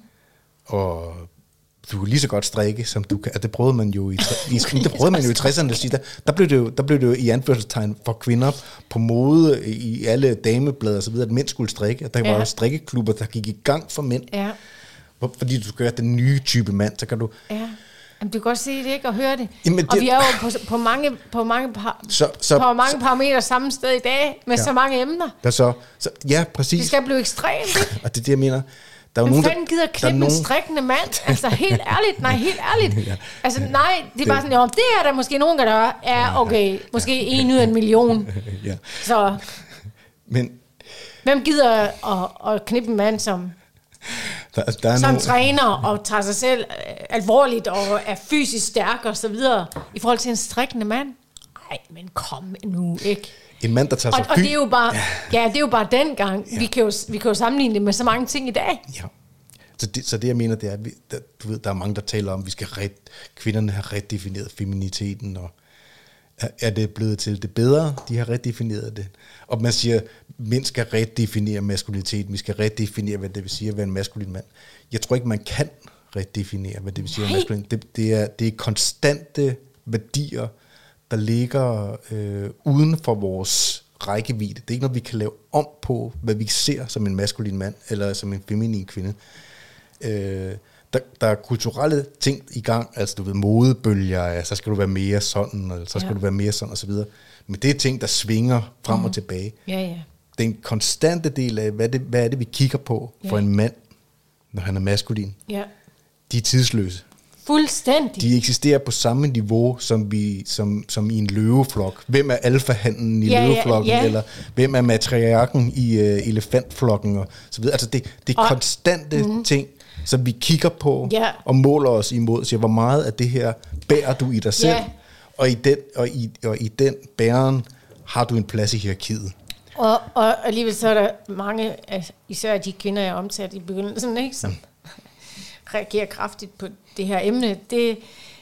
og du kan lige så godt strikke, som du kan. Det prøvede man jo i, i, det prøvede man jo i tresserne. Der, der, blev det jo, der blev det jo i anførselstegn for kvinder på mode i alle dameblade og så videre, at mænd skulle strikke. Der ja. var jo strikkeklubber, der gik i gang for mænd. Ja. Fordi du skal gøre den nye type mand, så kan du... Ja. Jamen, du kan godt se det, ikke? Og høre det. Jamen, det og vi er jo på, på mange, på mange, par, så, så, på mange parametre samme sted i dag, med ja. så mange emner. Der så, så, ja, præcis. Det skal blive ekstremt, ikke? Og det er det, jeg mener. Der er Men nogen, fanden gider klippe nogen... en strikkende mand? Altså, helt ærligt. Nej, helt ærligt. ja. Altså, nej, det er det... bare sådan, jo, det er der måske nogen, der gør. Ja, okay. Måske en ud af en million. ja. Så... Men... Hvem gider at, at knippe en mand, som... Der, der er som nogle... træner og tager sig selv alvorligt og er fysisk stærk og så videre i forhold til en strikkende mand? Nej, men kom nu, ikke? En mand, der tager sig og, og det er jo bare, ja. ja, det er jo bare dengang. Ja. Vi kan jo vi kan jo sammenligne det med så mange ting i dag. Ja. Så det, så det jeg mener, det er, at vi, der, du ved, der er mange, der taler om, at vi skal ret, kvinderne har redefineret femininiteten, og er, er det blevet til det bedre? De har redefineret det. Og man siger, mænd skal redefinere maskuliniteten, vi skal redefinere, hvad det vil sige at være en maskulin mand. Jeg tror ikke, man kan redefinere, hvad det vil sige at være maskulin. Det, det, er, det er konstante værdier, der ligger øh, uden for vores rækkevidde. Det er ikke noget, vi kan lave om på, hvad vi ser som en maskulin mand, eller som en feminin kvinde. Øh, der, der er kulturelle ting i gang, altså du ved, modebølger, ja, så skal du være mere sådan, eller så skal ja. du være mere sådan, og så videre. Men det er ting, der svinger frem mm. og tilbage. Ja, ja. Den konstante del af, hvad, det, hvad er det, vi kigger på for ja. en mand, når han er maskulin. Ja. De er tidsløse. Fuldstændig. De eksisterer på samme niveau, som, vi, som, som i en løveflok. Hvem er alfahanden i ja, løveflokken, ja, ja. eller hvem er matriarken i uh, elefantflokken, og så videre. Altså det, det er og, konstante mm. ting, som vi kigger på ja. og måler os imod. Så hvor meget af det her bærer du i dig selv, ja. og, i den, og, i, og i den bæren har du en plads i hierarkiet. Og, og alligevel så er der mange, især de kvinder, jeg omtalte i begyndelsen, ikke, som mm. reagerer kraftigt på det her emne. Det,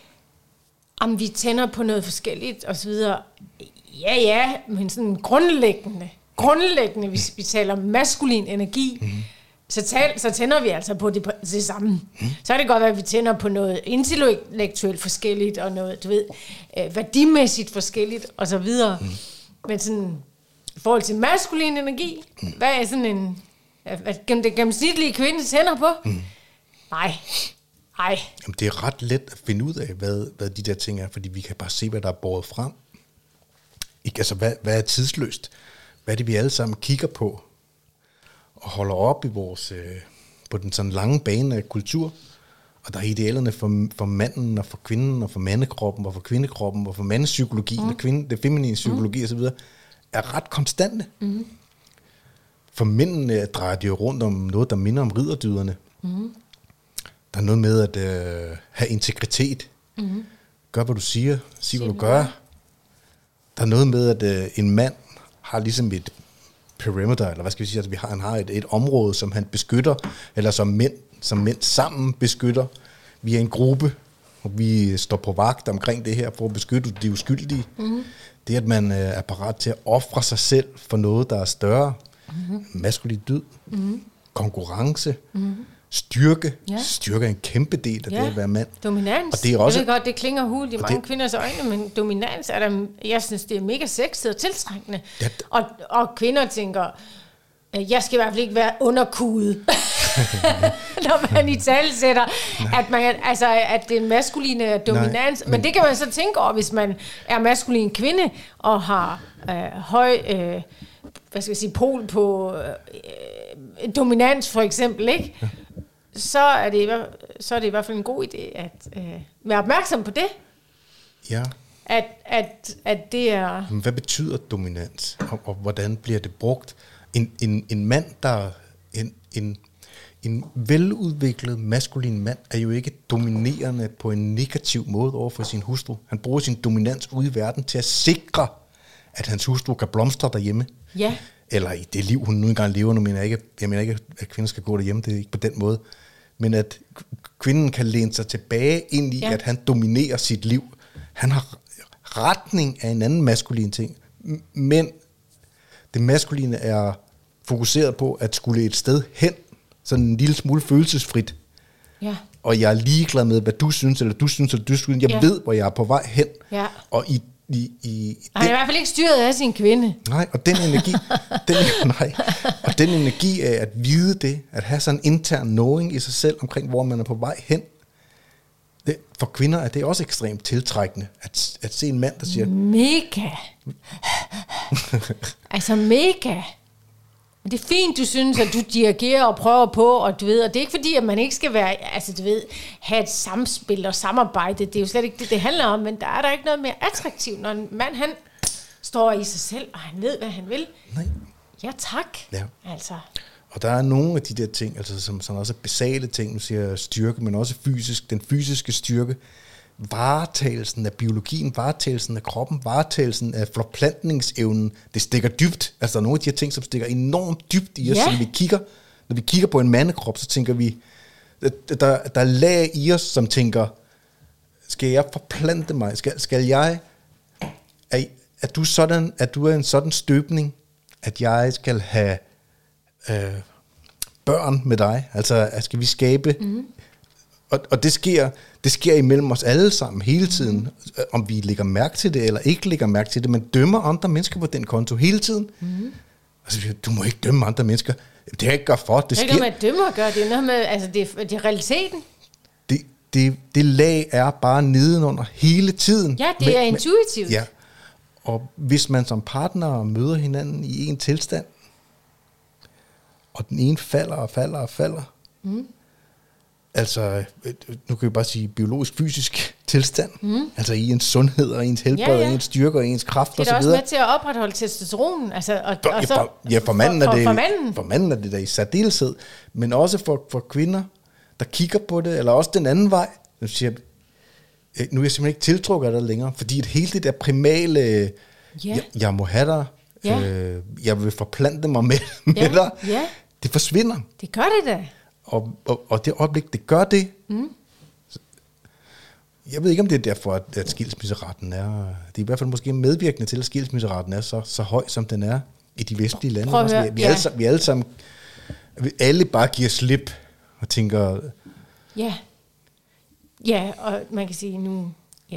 om vi tænder på noget forskelligt og så videre. Ja, ja, men sådan grundlæggende, grundlæggende, hvis vi taler maskulin energi, mm. så, tal, så tænder vi altså på det, på det samme. Mm. Så er det godt, at vi tænder på noget intellektuelt forskelligt og noget, du ved, øh, værdimæssigt forskelligt og så videre. Mm. Men sådan, i forhold til maskulin energi, mm. hvad er sådan en, gennem det gennemsnitlige kvinde tænder på? Mm. Nej, nej. Jamen, det er ret let at finde ud af, hvad, hvad de der ting er, fordi vi kan bare se, hvad der er båret frem. Ikke? Altså, hvad, hvad er tidsløst? Hvad er det, vi alle sammen kigger på og holder op i vores, øh, på den sådan lange bane af kultur? Og der er idealerne for, for manden og for kvinden og for mandekroppen og for kvindekroppen og for mandepsykologien mm. og kvinde, det feminine psykologi mm. osv. er ret konstante. Mm. For mændene drejer de jo rundt om noget, der minder om ridderdyderne. Mm. Der er noget med at øh, have integritet. Mm. Gør, hvad du siger. Sig, hvad du gør. Der er noget med, at øh, en mand har ligesom et perimeter, eller hvad skal vi sige, altså vi har, han har et, et område, som han beskytter, eller som mænd, som mænd sammen beskytter. Vi er en gruppe, og vi står på vagt omkring det her, for at beskytte de uskyldige. Mm. Det, at man øh, er parat til at ofre sig selv for noget, der er større. Mm. Maskulin dyd. Mm. Konkurrence. Mm. Styrke. Ja. Styrke er en kæmpe del af ja. det at være mand. Dominans. Og det er også, jeg ved godt, det klinger hul i mange det, kvinders øjne, men dominans er der, jeg synes, det er mega sexet og tiltrækkende. Ja, og, og kvinder tænker, jeg skal i hvert fald ikke være underkudet, når man i tale sætter, at, man, altså, at det er maskuline dominans. Nej, men, men det kan man så tænke over, hvis man er maskulin kvinde og har øh, høj øh, hvad skal jeg sige, pol på øh, dominans for eksempel, ikke? Ja. Så, er det, så er det i hvert fald en god idé at øh, være opmærksom på det. Ja. At, at, at det er... Men hvad betyder dominans, og, og hvordan bliver det brugt? En, en, en mand, der... En, en, en veludviklet maskulin mand er jo ikke dominerende på en negativ måde over for sin hustru. Han bruger sin dominans ude i verden til at sikre, at hans hustru kan blomstre derhjemme. Ja. Eller i det liv, hun nu engang lever. Nu mener jeg ikke, jeg mener ikke, at kvinden skal gå derhjemme. Det er ikke på den måde. Men at kvinden kan læne sig tilbage ind i, ja. at han dominerer sit liv. Han har retning af en anden maskulin ting. Men det maskuline er fokuseret på at skulle et sted hen, sådan en lille smule følelsesfrit. Ja. Og jeg er ligeglad med, hvad du synes, eller du synes, eller du synes. Jeg ja. ved, hvor jeg er på vej hen. Ja. Og i I, i, han er i hvert fald ikke styret af sin kvinde. Nej, og den energi, den, nej, og den energi af at vide det, at have sådan en intern knowing i sig selv omkring, hvor man er på vej hen, det, for kvinder er det også ekstremt tiltrækkende, at, at se en mand, der siger... Mega. altså mega. Det er fint, du synes, at du dirigerer og prøver på, og du ved, og det er ikke fordi, at man ikke skal være, altså du ved, have et samspil og samarbejde, det er jo slet ikke det, det handler om, men der er der ikke noget mere attraktivt, når en mand, han står i sig selv, og han ved, hvad han vil. Nej. Ja, tak. Ja. Altså. Og der er nogle af de der ting, altså som, som også er basale ting, nu siger jeg styrke, men også fysisk, den fysiske styrke, varetagelsen af biologien, varetagelsen af kroppen, varetagelsen af forplantningsevnen, det stikker dybt. Altså der er nogle af de her ting, som stikker enormt dybt i os, ja. Så når vi kigger, når vi kigger på en mandekrop, så tænker vi, der, der er lag i os, som tænker, skal jeg forplante mig? Skal, skal jeg, er, er du sådan, at du er en sådan støbning, at jeg skal have øh, børn med dig? Altså skal vi skabe... Mm. Og, og det sker, det sker imellem os alle sammen hele tiden, mm. om vi lægger mærke til det eller ikke lægger mærke til det. Man dømmer andre mennesker på den konto hele tiden. Mm. Altså, du må ikke dømme andre mennesker. Det er ikke godt for. Det, det er ikke noget med at dømme at gøre. Det er noget med, altså det er, det er realiteten. Det, det, det lag er bare nedenunder hele tiden. Ja, det men, er intuitivt. Men, ja. Og hvis man som partner møder hinanden i en tilstand, og den ene falder og falder og falder, mm. altså, nu kan vi bare sige biologisk, fysisk tilstand. Mm. Altså i ens sundhed og ens helbred, ja, ja. og ens styrke og ens kraft og så videre. Det er også med til at opretholde testosteronen. Altså, og, for, og så, ja, for, ja, for manden, for, er det, for, manden. for manden er det der i særdeleshed. Men også for, for kvinder, der kigger på det, eller også den anden vej. Nu siger jeg, nu er jeg simpelthen ikke tiltrukket af dig længere, fordi et hele det der primale, yeah. jeg, jeg må have dig, yeah. øh, jeg vil forplante mig med, med yeah. dig, yeah. det forsvinder. Det gør det da. Og, og, og det øjeblik, det gør det. Mm. Jeg ved ikke, om det er derfor, at, at skilsmisseretten er... Det er i hvert fald måske medvirkende til, at skilsmisseretten er så, så høj, som den er i de vestlige lande. Prøv at høre, vi, vi, ja. alle, vi alle sammen... Vi alle bare giver slip og tænker... Ja. Ja, og man kan sige nu... Ja,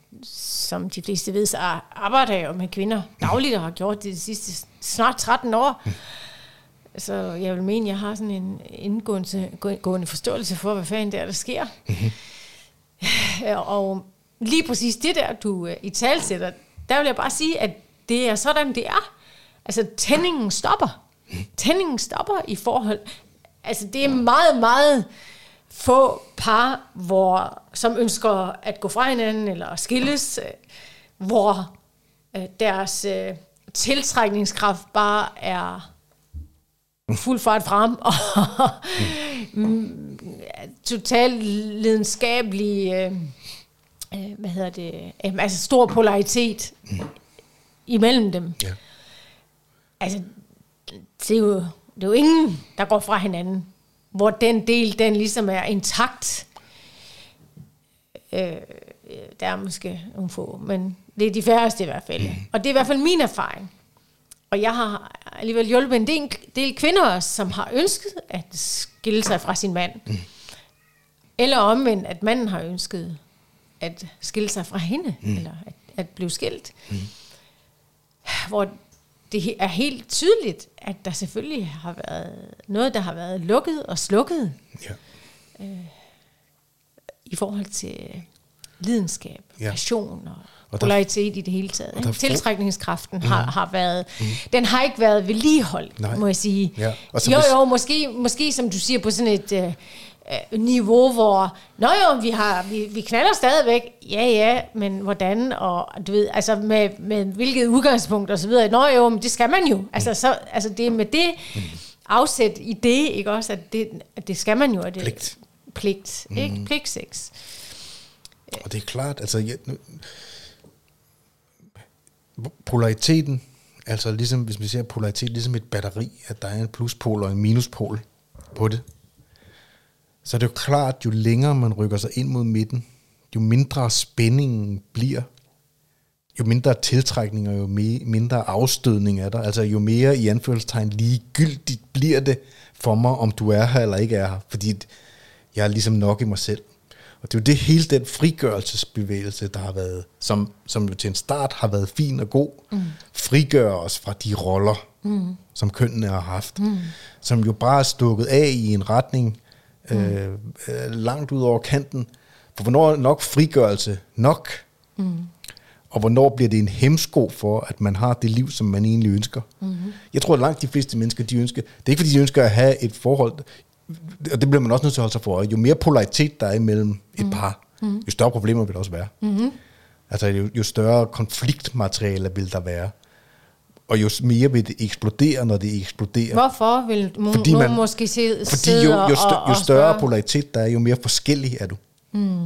som de fleste ved, så arbejder jeg jo med kvinder dagligt, og har gjort det de sidste snart tretten år. Mm. Så jeg vil mene, jeg har sådan en indgående forståelse for, hvad fanden det er, der sker. Mm-hmm. Og lige præcis det der, du i talsætter, der vil jeg bare sige, at det er sådan, det er. Altså, tændingen stopper. Tændingen stopper i forhold... Altså, det er meget, meget få par, hvor, som ønsker at gå fra hinanden eller skilles, hvor øh, deres øh, tiltrækningskraft bare er fuld fart frem, og mm. totalt lidenskabelig, øh, øh, hvad hedder det, øh, altså stor polaritet mm. imellem dem. Ja. Altså, det er, jo, det er jo ingen, der går fra hinanden, hvor den del, den ligesom er intakt. Øh, der er måske nogle få, men det er de færreste i hvert fald. Mm. Og det er i hvert fald min erfaring. Og jeg har alligevel hjulpet en del, del kvinder, som har ønsket at skille sig fra sin mand. Mm. Eller omvendt, at manden har ønsket at skille sig fra hende, mm. eller at, at blive skilt. Mm. Hvor det er helt tydeligt, at der selvfølgelig har været noget, der har været lukket og slukket. Ja. Øh, I forhold til lidenskab, ja. passion og, og polaritet der, i det hele taget. Tiltrækningskraften mm. har, har været, mm. den har ikke været vedligeholdt, Nej. må jeg sige. Ja. Jo, jo, måske, måske som du siger, på sådan et øh, niveau, hvor, nå jo, vi, har, vi, vi knaller stadigvæk, ja, ja, men hvordan, og du ved, altså med, med hvilket udgangspunkt og så videre, nå jo, men det skal man jo. Altså, så, altså det med det mm. afsæt i det, ikke også, at det, at det skal man jo. At det, Pligt. Pligt, ikke? Mm. Pligtsex. Og det er klart, altså ja, nu, polariteten, altså ligesom, hvis vi ser polaritet, ligesom et batteri, at der er en pluspol og en minuspol på det, så er det jo klart, jo længere man rykker sig ind mod midten, jo mindre spændingen bliver, jo mindre tiltrækning og jo mere, mindre afstødning er der, altså jo mere i anførselstegn ligegyldigt bliver det for mig, om du er her eller ikke er her, fordi jeg er ligesom nok i mig selv. Og det er jo det hele den frigørelsesbevægelse, der har været, som, som jo til en start har været fin og god, mm. frigør os fra de roller, mm. som kønnene har haft, mm. som jo bare er stukket af i en retning mm. øh, langt ud over kanten. For hvornår er nok frigørelse nok? Mm. Og hvornår bliver det en hemsko for, at man har det liv, som man egentlig ønsker? Mm. Jeg tror, at langt de fleste mennesker, de ønsker, det er ikke fordi, de ønsker at have et forhold, og det bliver man også nødt til at holde sig for. Jo mere polaritet der er imellem et mm. par, mm. jo større problemer vil der også være. Mm. Altså jo, jo større konfliktmateriale vil der være. Og jo mere vil det eksplodere, når det eksploderer. Hvorfor vil må, fordi man, måske se, fordi jo, jo, større, og, jo større og polaritet der er, jo mere forskellig er du. Mm.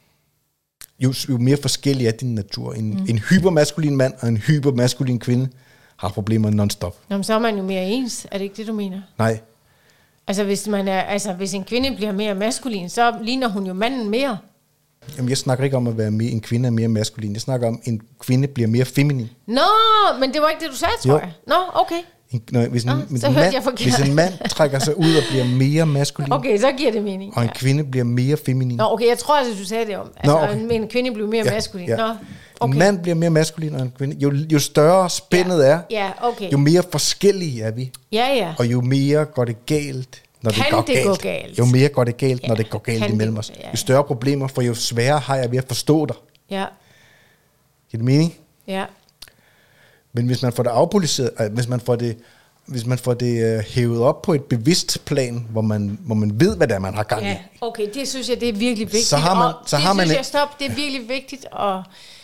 Jo, jo mere forskellig er din natur. En, mm. en hypermaskulin mand og en hypermaskulin kvinde har problemer non-stop. Nå, men så er man jo mere ens. Er det ikke det, du mener? Nej. Altså hvis, man er, altså hvis en kvinde bliver mere maskulin, så ligner hun jo manden mere. Jamen jeg snakker ikke om at være mere, en kvinde er mere maskulin. Jeg snakker om, at en kvinde bliver mere feminin. Nå, men det var ikke det, du sagde, tror jo. jeg. Nå, okay. En, nøj, hvis, en, Nå, hvis, en mand, hvis en mand trækker sig ud og bliver mere maskulin, okay, så giver det mening. Og en ja. kvinde bliver mere feminin. Nå, okay, jeg tror altså, du sagde det om. Altså, Nå, okay. en, en kvinde bliver mere ja, maskulin. Ja. Nå, okay. En mand bliver mere maskulin, og en kvinde. Jo, jo større spændet ja. er, ja, okay. jo mere forskellige er vi. Ja, ja. Og jo mere går det galt, når kan det går det galt. Gå galt. Jo mere går det galt, ja. når det går galt kan imellem det, os. Ja. Jo større problemer, for jo sværere har jeg ved at forstå dig. Ja. Giver det mening? Ja. Men hvis man får det afpoliceret, hvis man får det, hvis man får det uh, hævet op på et bevidst plan, hvor man, hvor man ved, hvad det er, man har gang i. Ja, okay, det synes jeg, det er virkelig vigtigt. Så har man, så det har man synes jeg, stop, det er virkelig vigtigt at,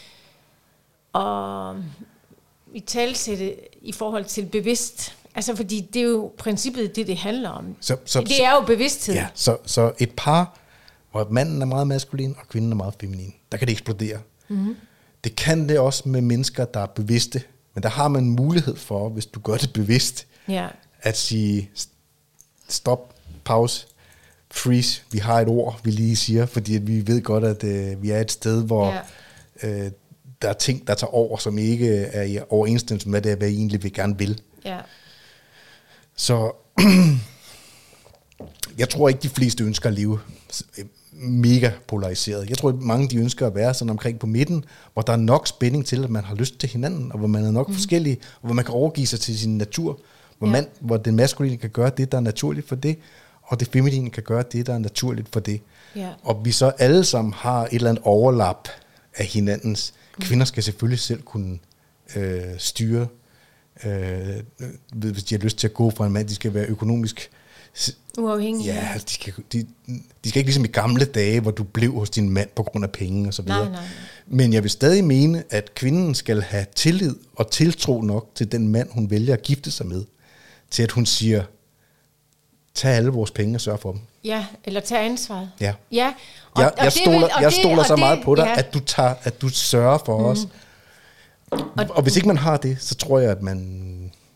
at i talsætte i forhold til bevidst. Altså, fordi det er jo princippet, det det handler om. Så, så, det er jo bevidsthed. Ja, så, så et par, hvor manden er meget maskulin, og kvinden er meget feminin, der kan det eksplodere. Mm-hmm. Det kan det også med mennesker, der er bevidste. Men der har man mulighed for, hvis du gør det bevidst, ja. at sige stop, pause, freeze. Vi har et ord, vi lige siger, fordi at vi ved godt, at øh, vi er et sted, hvor ja. øh, der er ting, der tager over, som ikke er i overensstemmelse med det, hvad I egentlig vil gerne vil. Ja. Så jeg tror ikke, de fleste ønsker at leve mega polariseret. Jeg tror, at mange de ønsker at være sådan omkring på midten, hvor der er nok spænding til, at man har lyst til hinanden, og hvor man er nok mm. forskellige, og hvor man kan overgive sig til sin natur, hvor, ja. man, hvor den maskuline kan gøre det, der er naturligt for det, og det feminine kan gøre det, der er naturligt for det. Ja. Og vi så alle sammen har et eller andet overlap af hinandens. Mm. Kvinder skal selvfølgelig selv kunne øh, styre, øh, hvis de har lyst til at gå fra en mand, de skal være økonomisk uafhængige. Ja, de skal, de, de skal ikke ligesom i gamle dage, hvor du blev hos din mand på grund af penge og så videre. Nej, nej. Men jeg vil stadig mene, at kvinden skal have tillid og tiltro nok til den mand, hun vælger at gifte sig med, til at hun siger, tag alle vores penge og sørg for dem. Ja, eller tag ansvaret. Ja. Ja. Og, jeg, og jeg stoler, vil, jeg stoler det, så meget det, på dig, ja. at du tager, at du sørger for mm. os. Og, og hvis ikke man har det, så tror jeg, at man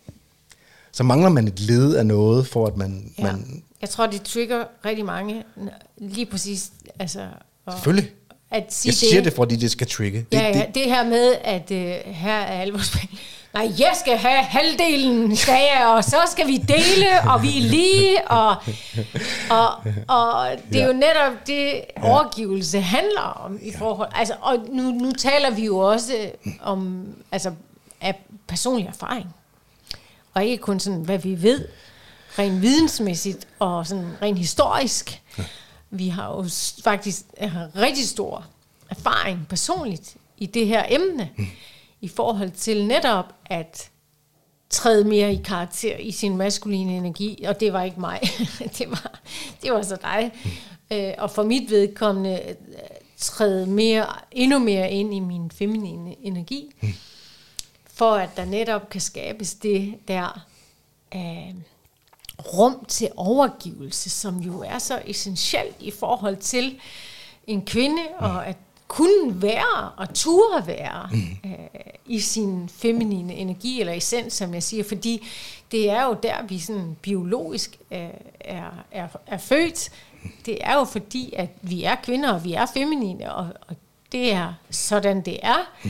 så mangler man et led af noget, for at man... Ja. man jeg tror, det trigger rigtig mange, lige præcis... Altså, selvfølgelig. At sige jeg siger det, det, fordi det skal trigge. Ja, det, ja, det, det her med, at uh, her er alle vores penge. Nej, jeg skal have halvdelen, skal jeg, og så skal vi dele, og vi er lige, og, og, og det er ja. jo netop det, overgivelse handler om i forhold... Altså, og nu, nu taler vi jo også om altså, af personlig erfaring. Og ikke kun sådan, hvad vi ved, rent vidensmæssigt og sådan rent historisk. Ja. Vi har jo faktisk har rigtig stor erfaring personligt i det her emne, mm. i forhold til netop at træde mere i karakter i sin maskuline energi, og det var ikke mig, det var, det var så dig. Mm. Øh, og for mit vedkommende træde mere, endnu mere ind i min feminine energi, mm. for at der netop kan skabes det der øh, rum til overgivelse, som jo er så essentielt i forhold til en kvinde, mm. og at kunne være og ture være mm. øh, i sin feminine energi eller essens, som jeg siger, fordi det er jo der, vi sådan biologisk øh, er, er, er født. Det er jo fordi, at vi er kvinder, og vi er feminine, og, og det er sådan, det er. Mm.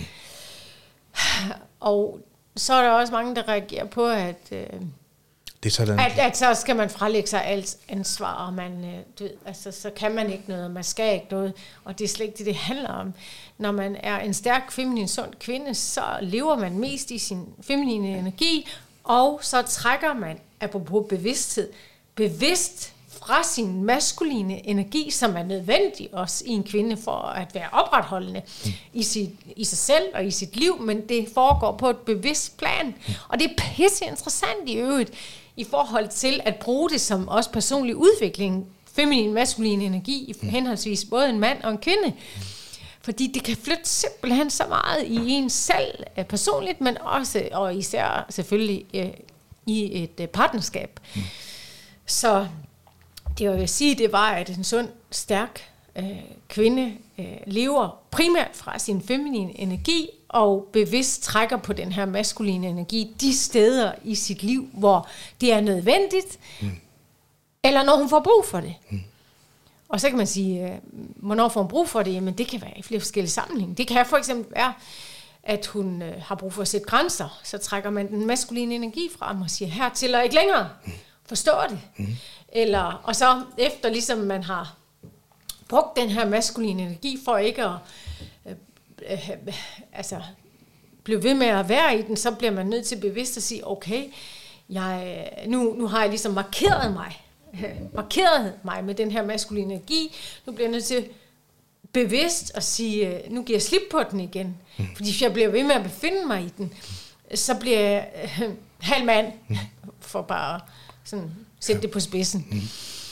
Og så er der også mange, der reagerer på, at, øh, det er sådan. at, at så skal man frelægge sig alt ansvar, og man, øh, du ved, altså, så kan man ikke noget, og man skal ikke noget, og det er slet ikke det, det handler om. Når man er en stærk, feminin, sund kvinde, så lever man mest i sin feminine energi, og så trækker man, apropos bevidsthed, bevidst fra sin maskuline energi, som er nødvendig også i en kvinde for at være opretholdende mm. i, sit, i sig selv og i sit liv, men det foregår på et bevidst plan. Mm. Og det er pisse interessant i øvrigt, i forhold til at bruge det som også personlig udvikling, feminin, maskulin energi, i mm. henholdsvis både en mand og en kvinde. Mm. Fordi det kan flytte simpelthen så meget i en selv personligt, men også, og især selvfølgelig øh, i et øh, partnerskab. Mm. Så det jeg vil sige, det var, at en sund, stærk øh, kvinde øh, lever primært fra sin feminine energi, og bevidst trækker på den her maskuline energi de steder i sit liv, hvor det er nødvendigt, mm. eller når hun får brug for det. Mm. Og så kan man sige, øh, hvornår får hun brug for det? Jamen det kan være i flere forskellige sammenhænge. Det kan for eksempel være, at hun øh, har brug for at sætte grænser. Så trækker man den maskuline energi frem og siger, hertil og ikke længere. Mm. Forstå det. Mm. Eller, og så efter ligesom man har brugt den her maskuline energi for ikke at øh, øh, altså, blive ved med at være i den, så bliver man nødt til bevidst at sige, okay, jeg, nu, nu har jeg ligesom markeret mig, øh, markeret mig med den her maskuline energi, nu bliver jeg nødt til bevidst at sige, øh, nu giver jeg slip på den igen, mm. fordi hvis jeg bliver ved med at befinde mig i den, så bliver jeg øh, halv mand, for bare sådan sætte det på spidsen. Mm.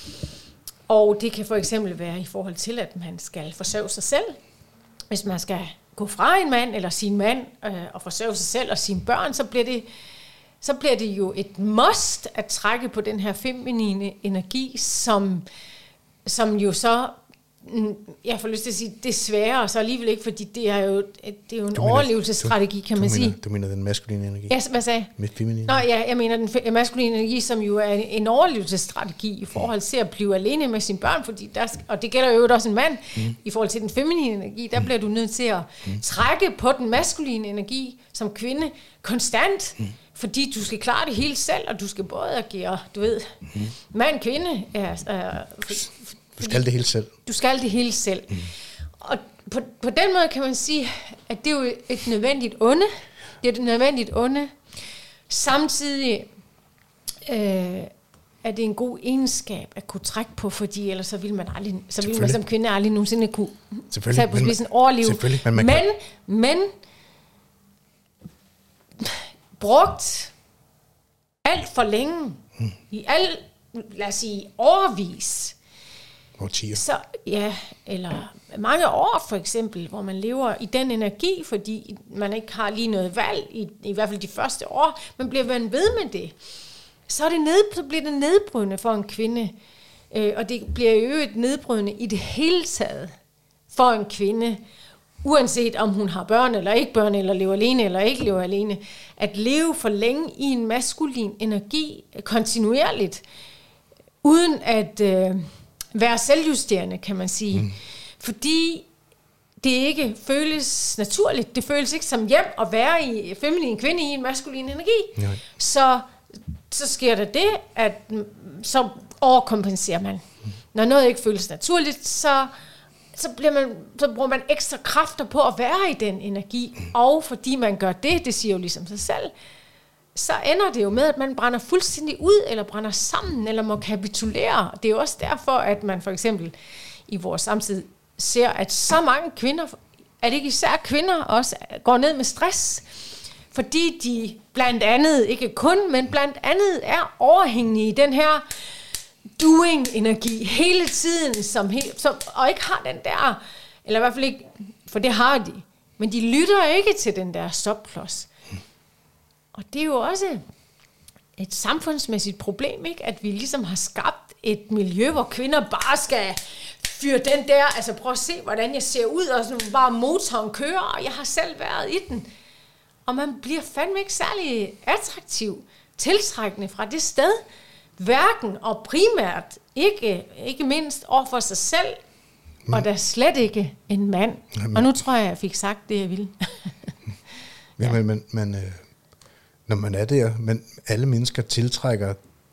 Og det kan for eksempel være i forhold til, at man skal forsørge sig selv. Hvis man skal gå fra en mand eller sin mand øh, og forsørge sig selv og sine børn, så bliver det så bliver det jo et must at trække på den her feminine energi, som som jo så jeg får lyst til at sige desværre, og så alligevel ikke, fordi det er jo, det er jo en mener, overlevelsesstrategi, kan du, man du sige. Mener, du mener den maskuline energi? Ja, hvad sagde jeg? Med feminine? Nå ja, jeg mener den maskuline energi, som jo er en overlevelsesstrategi i forhold til at blive alene med sine børn, fordi der, og det gælder jo også en mand, mm. i forhold til den feminine energi, der mm. bliver du nødt til at mm. trække på den maskuline energi som kvinde konstant, mm. fordi du skal klare det hele selv, og du skal både agere, du ved, mm. mand, kvinde. Er, er, for, du skal det hele selv. Du skal det hele selv. Mm. Og på, på den måde kan man sige, at det er jo et nødvendigt onde. Det er et nødvendigt onde. Samtidig øh, er det en god egenskab at kunne trække på, fordi ellers så vil man aldrig, så vil man som kvinde aldrig nogensinde kunne tage på spidsen overleve. Men, men, men, men brugt alt for længe, hmm. i al, lad os sige, årevis. Årtier. Så, ja, eller mange år for eksempel, hvor man lever i den energi, fordi man ikke har lige noget valg, i, i hvert fald de første år, men bliver man ved med det, så, er det ned, så bliver det nedbrydende for en kvinde, øh, og det bliver jo øvrigt nedbrydende i det hele taget for en kvinde, uanset om hun har børn eller ikke børn, eller lever alene eller ikke lever alene, at leve for længe i en maskulin energi kontinuerligt, uden at øh, være selvjusterende, kan man sige. Mm. Fordi det ikke føles naturligt. Det føles ikke som hjem at være i feminin kvinde i en maskulin energi. Nej. Så, så sker der det, at så overkompenserer man. Mm. Når noget ikke føles naturligt, så, så, bliver man, så bruger man ekstra kræfter på at være i den energi. Mm. Og fordi man gør det, det siger jo ligesom sig selv, så ender det jo med, at man brænder fuldstændig ud, eller brænder sammen, eller må kapitulere. Det er jo også derfor, at man for eksempel i vores samtid ser, at så mange kvinder, at ikke især kvinder også, går ned med stress, fordi de blandt andet, ikke kun, men blandt andet er overhængende i den her doing-energi hele tiden, som, som, og ikke har den der, eller i hvert fald ikke, for det har de, men de lytter ikke til den der stopklods. Og det er jo også et samfundsmæssigt problem, ikke? At vi ligesom har skabt et miljø, hvor kvinder bare skal fyre den der, altså prøv at se, hvordan jeg ser ud, og sådan bare motoren kører, og jeg har selv været i den. Og man bliver fandme ikke særlig attraktiv, tiltrækkende fra det sted, hverken og primært, ikke, ikke mindst over for sig selv, mm. og der slet ikke en mand. Jamen. Og nu tror jeg, jeg fik sagt det, jeg ville. ja, men, men, men øh, når man er der, men alle mennesker tiltrækker,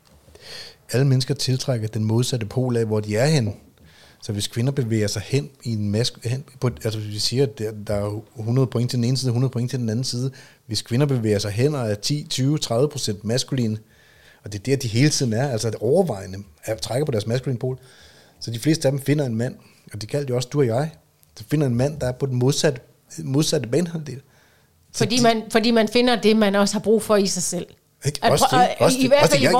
alle mennesker tiltrækker den modsatte pol af, hvor de er henne. Så hvis kvinder bevæger sig hen i en maske, hen på, altså vi siger, at der, der er hundrede point til den ene side, hundrede point til den anden side. Hvis kvinder bevæger sig hen og er ti, tyve, tredive procent maskuline, og det er der, de hele tiden er, altså at overvejende er, trækker på deres maskuline pol, så de fleste af dem finder en mand, og det kalder jo også du og jeg, så finder en mand, der er på den modsatte, modsatte banehalvdel. Fordi, de, man, fordi man finder det, man også har brug for i sig selv. Ikke? Også det, også det. I hvert fald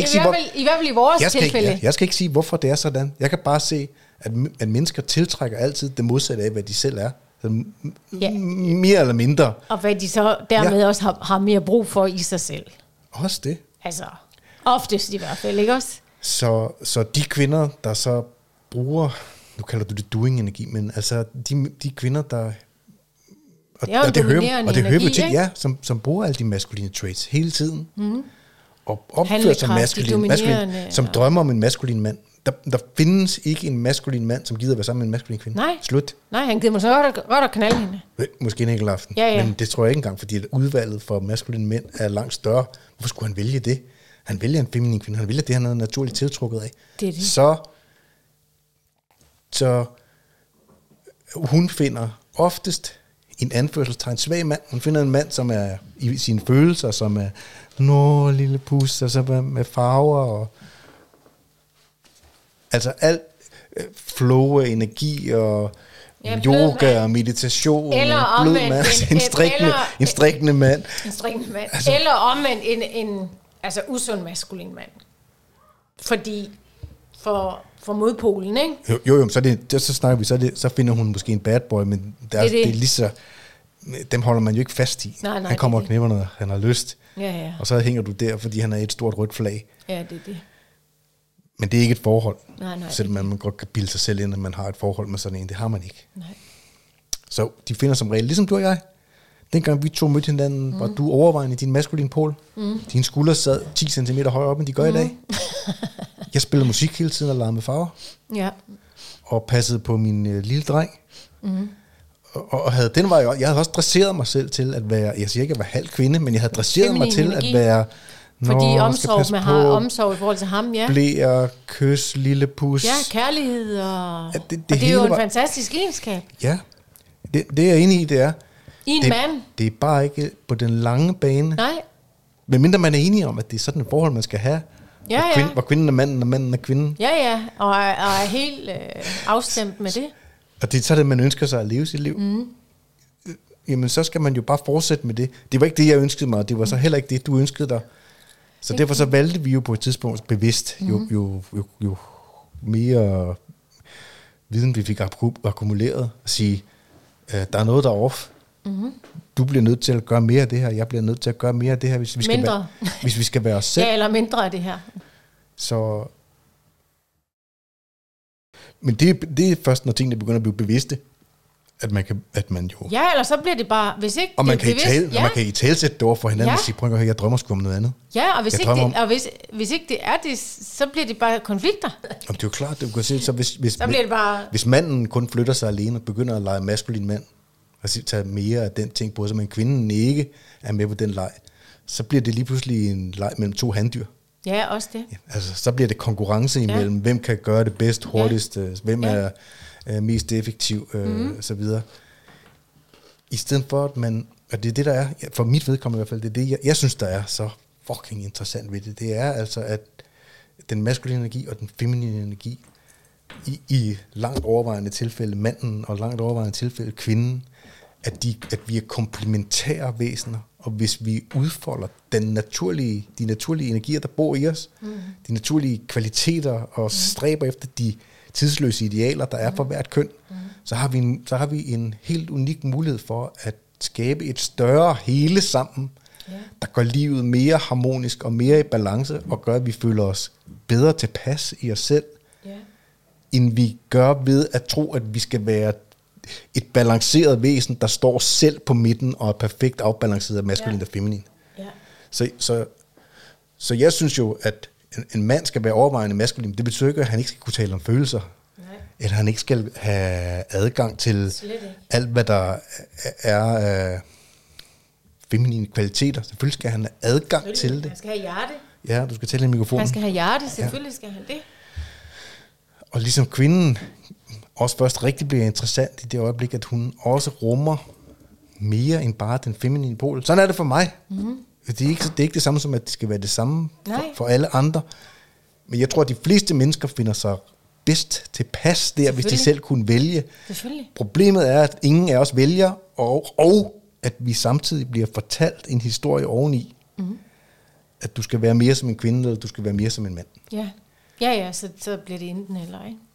i vores jeg skal tilfælde. Ikke, jeg, jeg skal ikke sige, hvorfor det er sådan. Jeg kan bare se, at, at mennesker tiltrækker altid det modsatte af, hvad de selv er. Så ja. Mere eller mindre. Og hvad de så dermed ja. også har, har mere brug for i sig selv. Også det. Altså, oftest i hvert fald, ikke også? Så, så de kvinder, der så bruger, nu kalder du det doing-energi, men altså de, de kvinder, der... Og det, og det hører, og det hører vi til, ja, som, som bruger alle de maskuline traits hele tiden, mm. og opfører sig maskulin, maskulin, som og... drømmer om en maskulin mand. Der, der findes ikke en maskulin mand, som gider være sammen med en maskulin kvinde. Nej. Slut. Nej, han gider måske godt, godt at knalde hende. Måske en enkelt aften. Ja, ja. Men det tror jeg ikke engang, fordi udvalget for maskuline mænd er langt større. Hvorfor skulle han vælge det? Han vælger en feminin kvinde. Han vælger det, han er naturligt tiltrukket af. Det er det. Så, så hun finder oftest en anførselstegn svag mand. Hun finder en mand, som er i sine følelser, som er nå, lille pus, og så med farver og altså alt flow og energi og ja, yoga og meditation eller og blød mand, en, en, strikkende, eller, en strikkende mand. En strikkende mand. Altså, eller omvendt en, en altså usund maskulin mand. Fordi for for modpolen, ikke? Jo, jo, jo så, det, det, så snakker vi, så, det, så finder hun måske en bad boy, men der, det, er det. Det er lige så, dem holder man jo ikke fast i. Nej, nej, han kommer og knipper, når han har lyst. Ja, ja. Og så hænger du der, fordi han er et stort rødt flag. Ja, det er det. Men det er ikke et forhold. Nej, nej, selvom man, man godt kan bilde sig selv ind, at man har et forhold med sådan en. Det har man ikke. Nej. Så de finder som regel, ligesom du og jeg. Dengang vi to mødte hinanden, mm. var du overvejende i din maskuline pol. Mm. Dine skuldre sad ti centimeter højere op, end de gør mm. i dag. Jeg spillede musik hele tiden og legede med farver. Ja. Og passede på min øh, lille dreng. Mm. og, og havde, den var jo, jeg havde også dresseret mig selv til at være, jeg siger ikke at være halv kvinde, men jeg havde dresseret Feminin mig til energi. at være, fordi omsorg, man har omsorg i forhold til ham, ja. Blæer, kys, lille pus. Ja, kærlighed, og, ja, det, det, og det er jo en var, fantastisk egenskab. Ja, det, det er jeg enig i, det er. I en det, mand. Det er bare ikke på den lange bane. Nej. Men mindre man er enig om, at det er sådan et forhold, man skal have. Ja, hvor, kvind, ja. hvor kvinden er manden, og manden er kvinden. Ja, ja, og er, og er helt øh, afstemt med det. Og det er så det, man ønsker sig at leve sit liv. Mm. Jamen, så skal man jo bare fortsætte med det. Det var ikke det, jeg ønskede mig, og det var så heller ikke det, du ønskede dig. Så derfor så valgte vi jo på et tidspunkt bevidst, jo, mm. jo, jo, jo mere viden vi fik akkumuleret, at sige, øh, der er noget, der er off. Mm-hmm. Du bliver nødt til at gøre mere af det her, jeg bliver nødt til at gøre mere af det her, hvis vi skal, være, hvis vi skal være os selv. Ja, eller mindre af det her. Så... Men det, det er først, når tingene begynder at blive bevidste, at man kan, at man jo... Ja, eller så bliver det bare, hvis ikke og man det er kan bevidst... Tale, ja. Og man kan i talsætte det over for hinanden, ja. Og sige, prøv at høre, jeg drømmer sgu om noget andet. Ja, og hvis, ikke det, om, og hvis, hvis ikke det er det, så bliver det bare konflikter. Jamen, det er jo klart, du kan se, så hvis, hvis, så bliver det bare... hvis manden kun flytter sig alene og begynder at lege maskulin mand, og tage mere af den ting på sig, men kvinden ikke er med på den leg, så bliver det lige pludselig en leg mellem to handdyr. Ja, også det. Ja, altså, så bliver det konkurrence imellem, ja. Hvem kan gøre det bedst, hurtigst, ja. Hvem er ja. øh, mest effektiv, øh, mm-hmm. og så videre. I stedet for, at man, og det er det, der er, for mit vedkommende i hvert fald, det er det, jeg, jeg synes, der er så fucking interessant ved det, det er altså, at den maskuline energi og den feminine energi, i, i langt overvejende tilfælde manden, og langt overvejende tilfælde kvinden, at, de, at vi er komplementære væsener, og hvis vi udfolder den naturlige, de naturlige energier, der bor i os, mm. de naturlige kvaliteter, og stræber efter de tidsløse idealer, der er for hvert køn, mm. så, har vi en, så har vi en helt unik mulighed for at skabe et større hele sammen, yeah. der gør livet mere harmonisk og mere i balance, og gør, at vi føler os bedre tilpas i os selv, yeah. end vi gør ved at tro, at vi skal være et balanceret væsen, der står selv på midten og er perfekt afbalanceret af maskulin og feminin. Ja. Så, så, så jeg synes jo, at en, en mand skal være overvejende maskulin. Det betyder ikke, at han ikke skal kunne tale om følelser. Nej. Eller han ikke skal have adgang til alt, hvad der er af feminine kvaliteter. Selvfølgelig skal han have adgang til det. Han skal have hjerte. Ja, du skal tælle en mikrofon. Han skal have hjerte, selvfølgelig ja. Skal han det. Og ligesom kvinden også først rigtig bliver interessant i det øjeblik, at hun også rummer mere end bare den feminine pol. Sådan er det for mig. Mm-hmm. Det, er ikke, det er ikke det samme som, at det skal være det samme for, for alle andre. Men jeg tror, at de fleste mennesker finder sig bedst tilpas der, hvis de selv kunne vælge. Problemet er, at ingen af os vælger, og, og at vi samtidig bliver fortalt en historie oveni. Mm-hmm. At du skal være mere som en kvinde, eller du skal være mere som en mand. Ja, ja, ja så, så bliver det enten eller, ikke?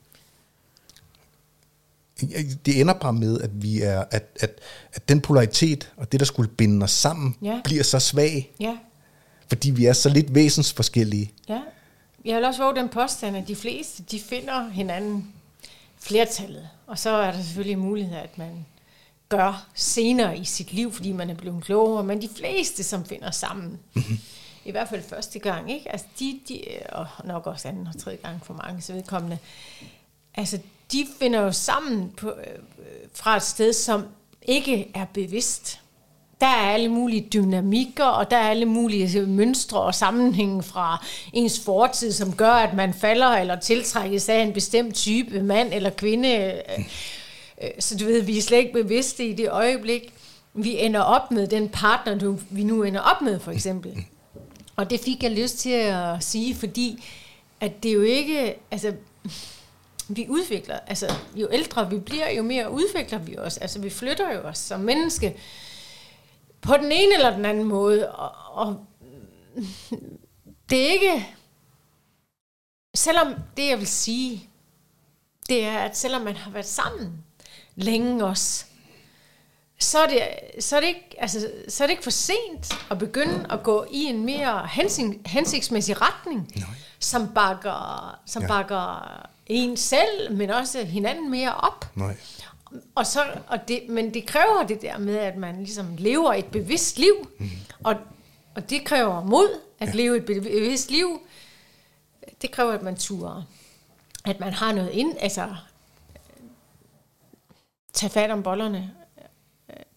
Det ender bare med, at vi er, at, at, at den polaritet og det, der skulle binde os sammen, ja. Bliver så svag. Ja. Fordi vi er så lidt væsensforskellige. Ja. Jeg vil også våge den påstand, at de fleste, de finder hinanden flertallet. Og så er der selvfølgelig mulighed, at man gør senere i sit liv, fordi man er blevet klogere. Men de fleste, som finder sammen, mm-hmm. i hvert fald første gang, ikke? Altså de, de, og nok også anden og tredje gang for mange, så vedkommende, altså de finder jo sammen på, øh, fra et sted, som ikke er bevidst. Der er alle mulige dynamikker, og der er alle mulige mønstre og sammenhænge fra ens fortid, som gør, at man falder eller tiltrækkes af en bestemt type mand eller kvinde. Så du ved, vi er slet ikke bevidste i det øjeblik, vi ender op med den partner, vi nu ender op med, for eksempel. Og det fik jeg lyst til at sige, fordi at det jo ikke... altså vi udvikler, altså jo ældre vi bliver, jo mere udvikler vi os. Altså vi flytter jo os som menneske på den ene eller den anden måde. Og, og det er ikke, selvom det jeg vil sige, det er, at selvom man har været sammen længe også, så er det, så er det, ikke, altså, så er det ikke for sent at begynde at gå i en mere hensig, hensigtsmæssig retning, Nej. som bakker, som ja. bakker en selv, men også hinanden mere op. Nej. Og så, og det, men det kræver det der med, at man ligesom lever et bevidst liv, mm. og, og det kræver mod at ja. leve et bevidst liv. Det kræver, at man turer, at man har noget ind, altså tage fat om bollerne,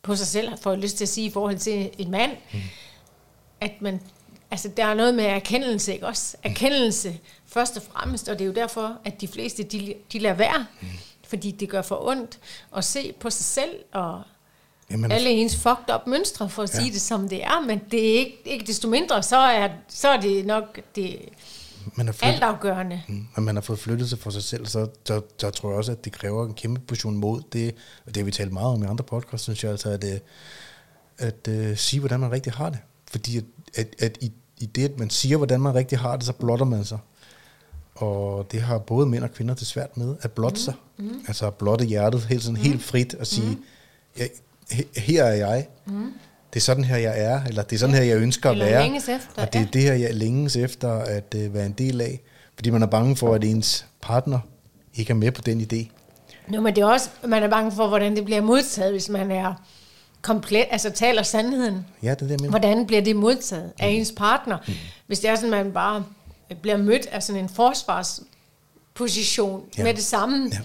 på sig selv, får jeg lyst til at sige, i forhold til en mand, mm. at man, altså der er noget med erkendelse, ikke også? Erkendelse mm. først og fremmest, og det er jo derfor, at de fleste, de, de lader være, mm. fordi det gør for ondt at se på sig selv, og Jamen, alle ens fucked up mønstre, for at ja. sige det som det er, men det er ikke, ikke desto mindre, så er, så er det nok det man er flyttet, altafgørende. Mm, når man har fået flyttet sig for sig selv, så, så, så tror jeg også, at det kræver en kæmpe portion mod. Det, og det har vi talt meget om i andre podcasts, synes jeg, altså, at, at, at, at sige, hvordan man rigtig har det. Fordi at, at, at i, i det, at man siger, hvordan man rigtig har det, så blotter man sig. Og det har både mænd og kvinder til svært med, at blotte mm. sig. Mm. Altså at blotte hjertet helt, sådan, mm. helt frit og sige, mm. jeg, her er jeg. Mm. Det er sådan her, jeg er, eller det er sådan her, jeg ønsker at være. Efter, og det er ja. det her, jeg længes efter at uh, være en del af. Fordi man er bange for, at ens partner ikke er med på den idé. Nå, men det er også, man er bange for, hvordan det bliver modtaget, hvis man er komplet, altså taler sandheden. Ja, det er det, jeg mener. Hvordan bliver det modtaget mm. af ens partner? Mm. Hvis det er sådan, at man bare bliver mødt af sådan en forsvarsposition ja. med det samme. Ja.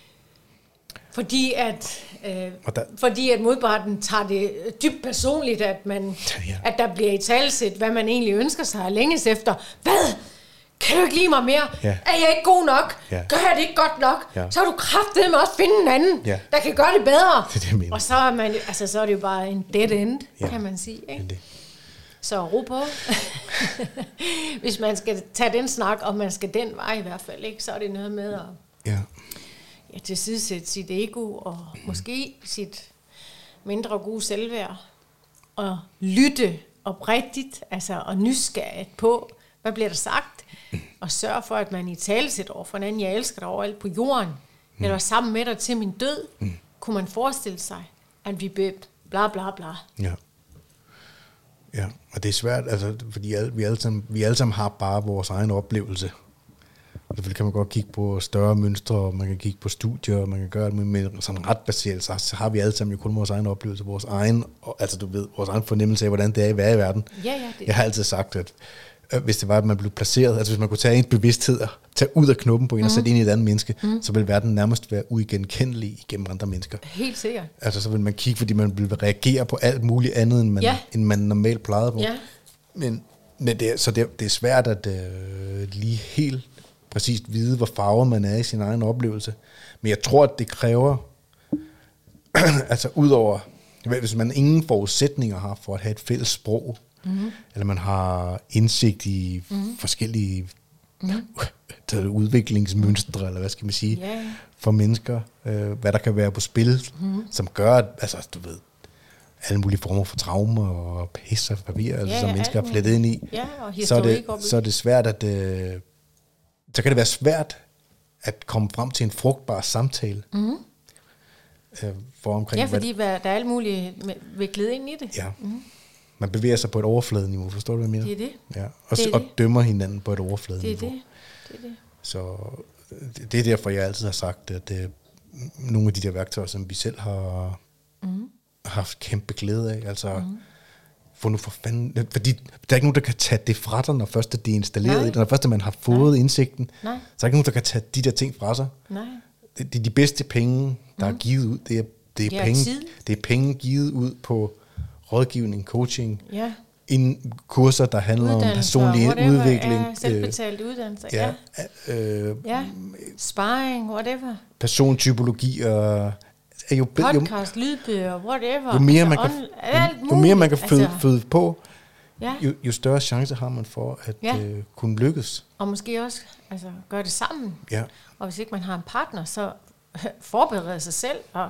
Fordi at øh, der, fordi at modparten tager det dybt personligt, at man ja. at der bliver i talsæt, hvad man egentlig ønsker sig og længes efter. Hvad? Kan du ikke lide mig mere? Ja. Er jeg ikke god nok? Ja. Gør jeg det ikke godt nok? Ja. Så har du kraftedeme også finde en anden, ja. der kan gøre det bedre. Det er det, og så er man, altså så er det jo bare en dead end, ja. kan man sige, ikke? Det. Så ro på. Hvis man skal tage den snak, og man skal den vej i hvert fald, ikke, så er det noget med at ja. Ja, tilsidesætte sit ego og mm. måske sit mindre gode selvværd og lytte oprigtigt, altså og nysgerrigt på, hvad bliver der sagt, mm. og sørge for, at man i talesæt over for en anden, jeg elsker dig overalt på jorden, mm. eller sammen med dig til min død, mm. kunne man forestille sig, at vi blev bla bla bla. Ja. Ja, og det er svært, altså, fordi alle, vi, alle sammen, vi alle sammen har bare vores egen oplevelse. Og selvfølgelig kan man godt kigge på større mønstre, og man kan kigge på studier, og man kan gøre det med sådan ret baseret, så, så har vi alle sammen jo kun vores egen oplevelse, vores egen, altså du ved, vores egen fornemmelse af, hvordan det er at være i verden. Ja, ja, det. Jeg har altid sagt, at øh, hvis det var, at man blev placeret, altså hvis man kunne tage en bevidsthed og tage ud af knuppen på en mm. og sætte ind i et andet menneske, mm. så ville verden nærmest være uigenkendelig igennem andre mennesker. Helt sikkert. Altså så vil man kigge, fordi man vil reagere på alt muligt andet, end man, ja. end man normalt plejede på. Ja. Men, men det, så det, det er svært at øh, lige helt præcist vide, hvor farvet man er i sin egen oplevelse. Men jeg tror, at det kræver, altså udover, hvis man ingen forudsætninger har for at have et fælles sprog, mm-hmm. eller man har indsigt i mm-hmm. forskellige mm-hmm. udviklingsmønstre, eller hvad skal man sige, yeah. for mennesker, øh, hvad der kan være på spil, mm-hmm. som gør, at, altså du ved, alle mulige former for traumer og pis og papir, altså, ja, som mennesker er flettet ind i, ja, så, er det, så er det svært at, øh, så kan det være svært at komme frem til en frugtbar samtale. Mm-hmm. Øh, for omkring, ja, fordi hvad, der er alt muligt viklet ind i det. Ja. Mm-hmm. Man bevæger sig på et overfladeniveau, forstår du, hvad jeg mener? Det er det. Ja. Og, det er og det. dømmer hinanden på et overfladeniveau. Det er det. det, er det. Så det, det er derfor, jeg altid har sagt, at det, nogle af de der værktøjer, som vi selv har mm. haft kæmpe glæde af, altså mm. for nu for fanden, fordi der er ikke nogen, der kan tage det fra dig, når først det er installeret i det, når først man har fået Nej. indsigten, Nej. så er der ikke nogen, der kan tage de der ting fra sig. Nej. Det, det er de bedste penge, der mm. er givet ud, det er, det er, ja, penge, tid. det er penge givet ud på rådgivning, coaching, ja. in kurser, der handler om personlig udvikling. Ja, selvbetalt øh, uddannelse. Ja, ja. Øh, ja. Sparring, whatever. Persontypologi og er jo, podcast, lydbøger, whatever. Jo mere man kan, jo, jo mere man kan føde, altså, føde på, ja. jo, jo større chance har man for at ja. øh, kunne lykkes. Og måske også altså, gøre det sammen. Ja. Og hvis ikke man har en partner, så forberede sig selv og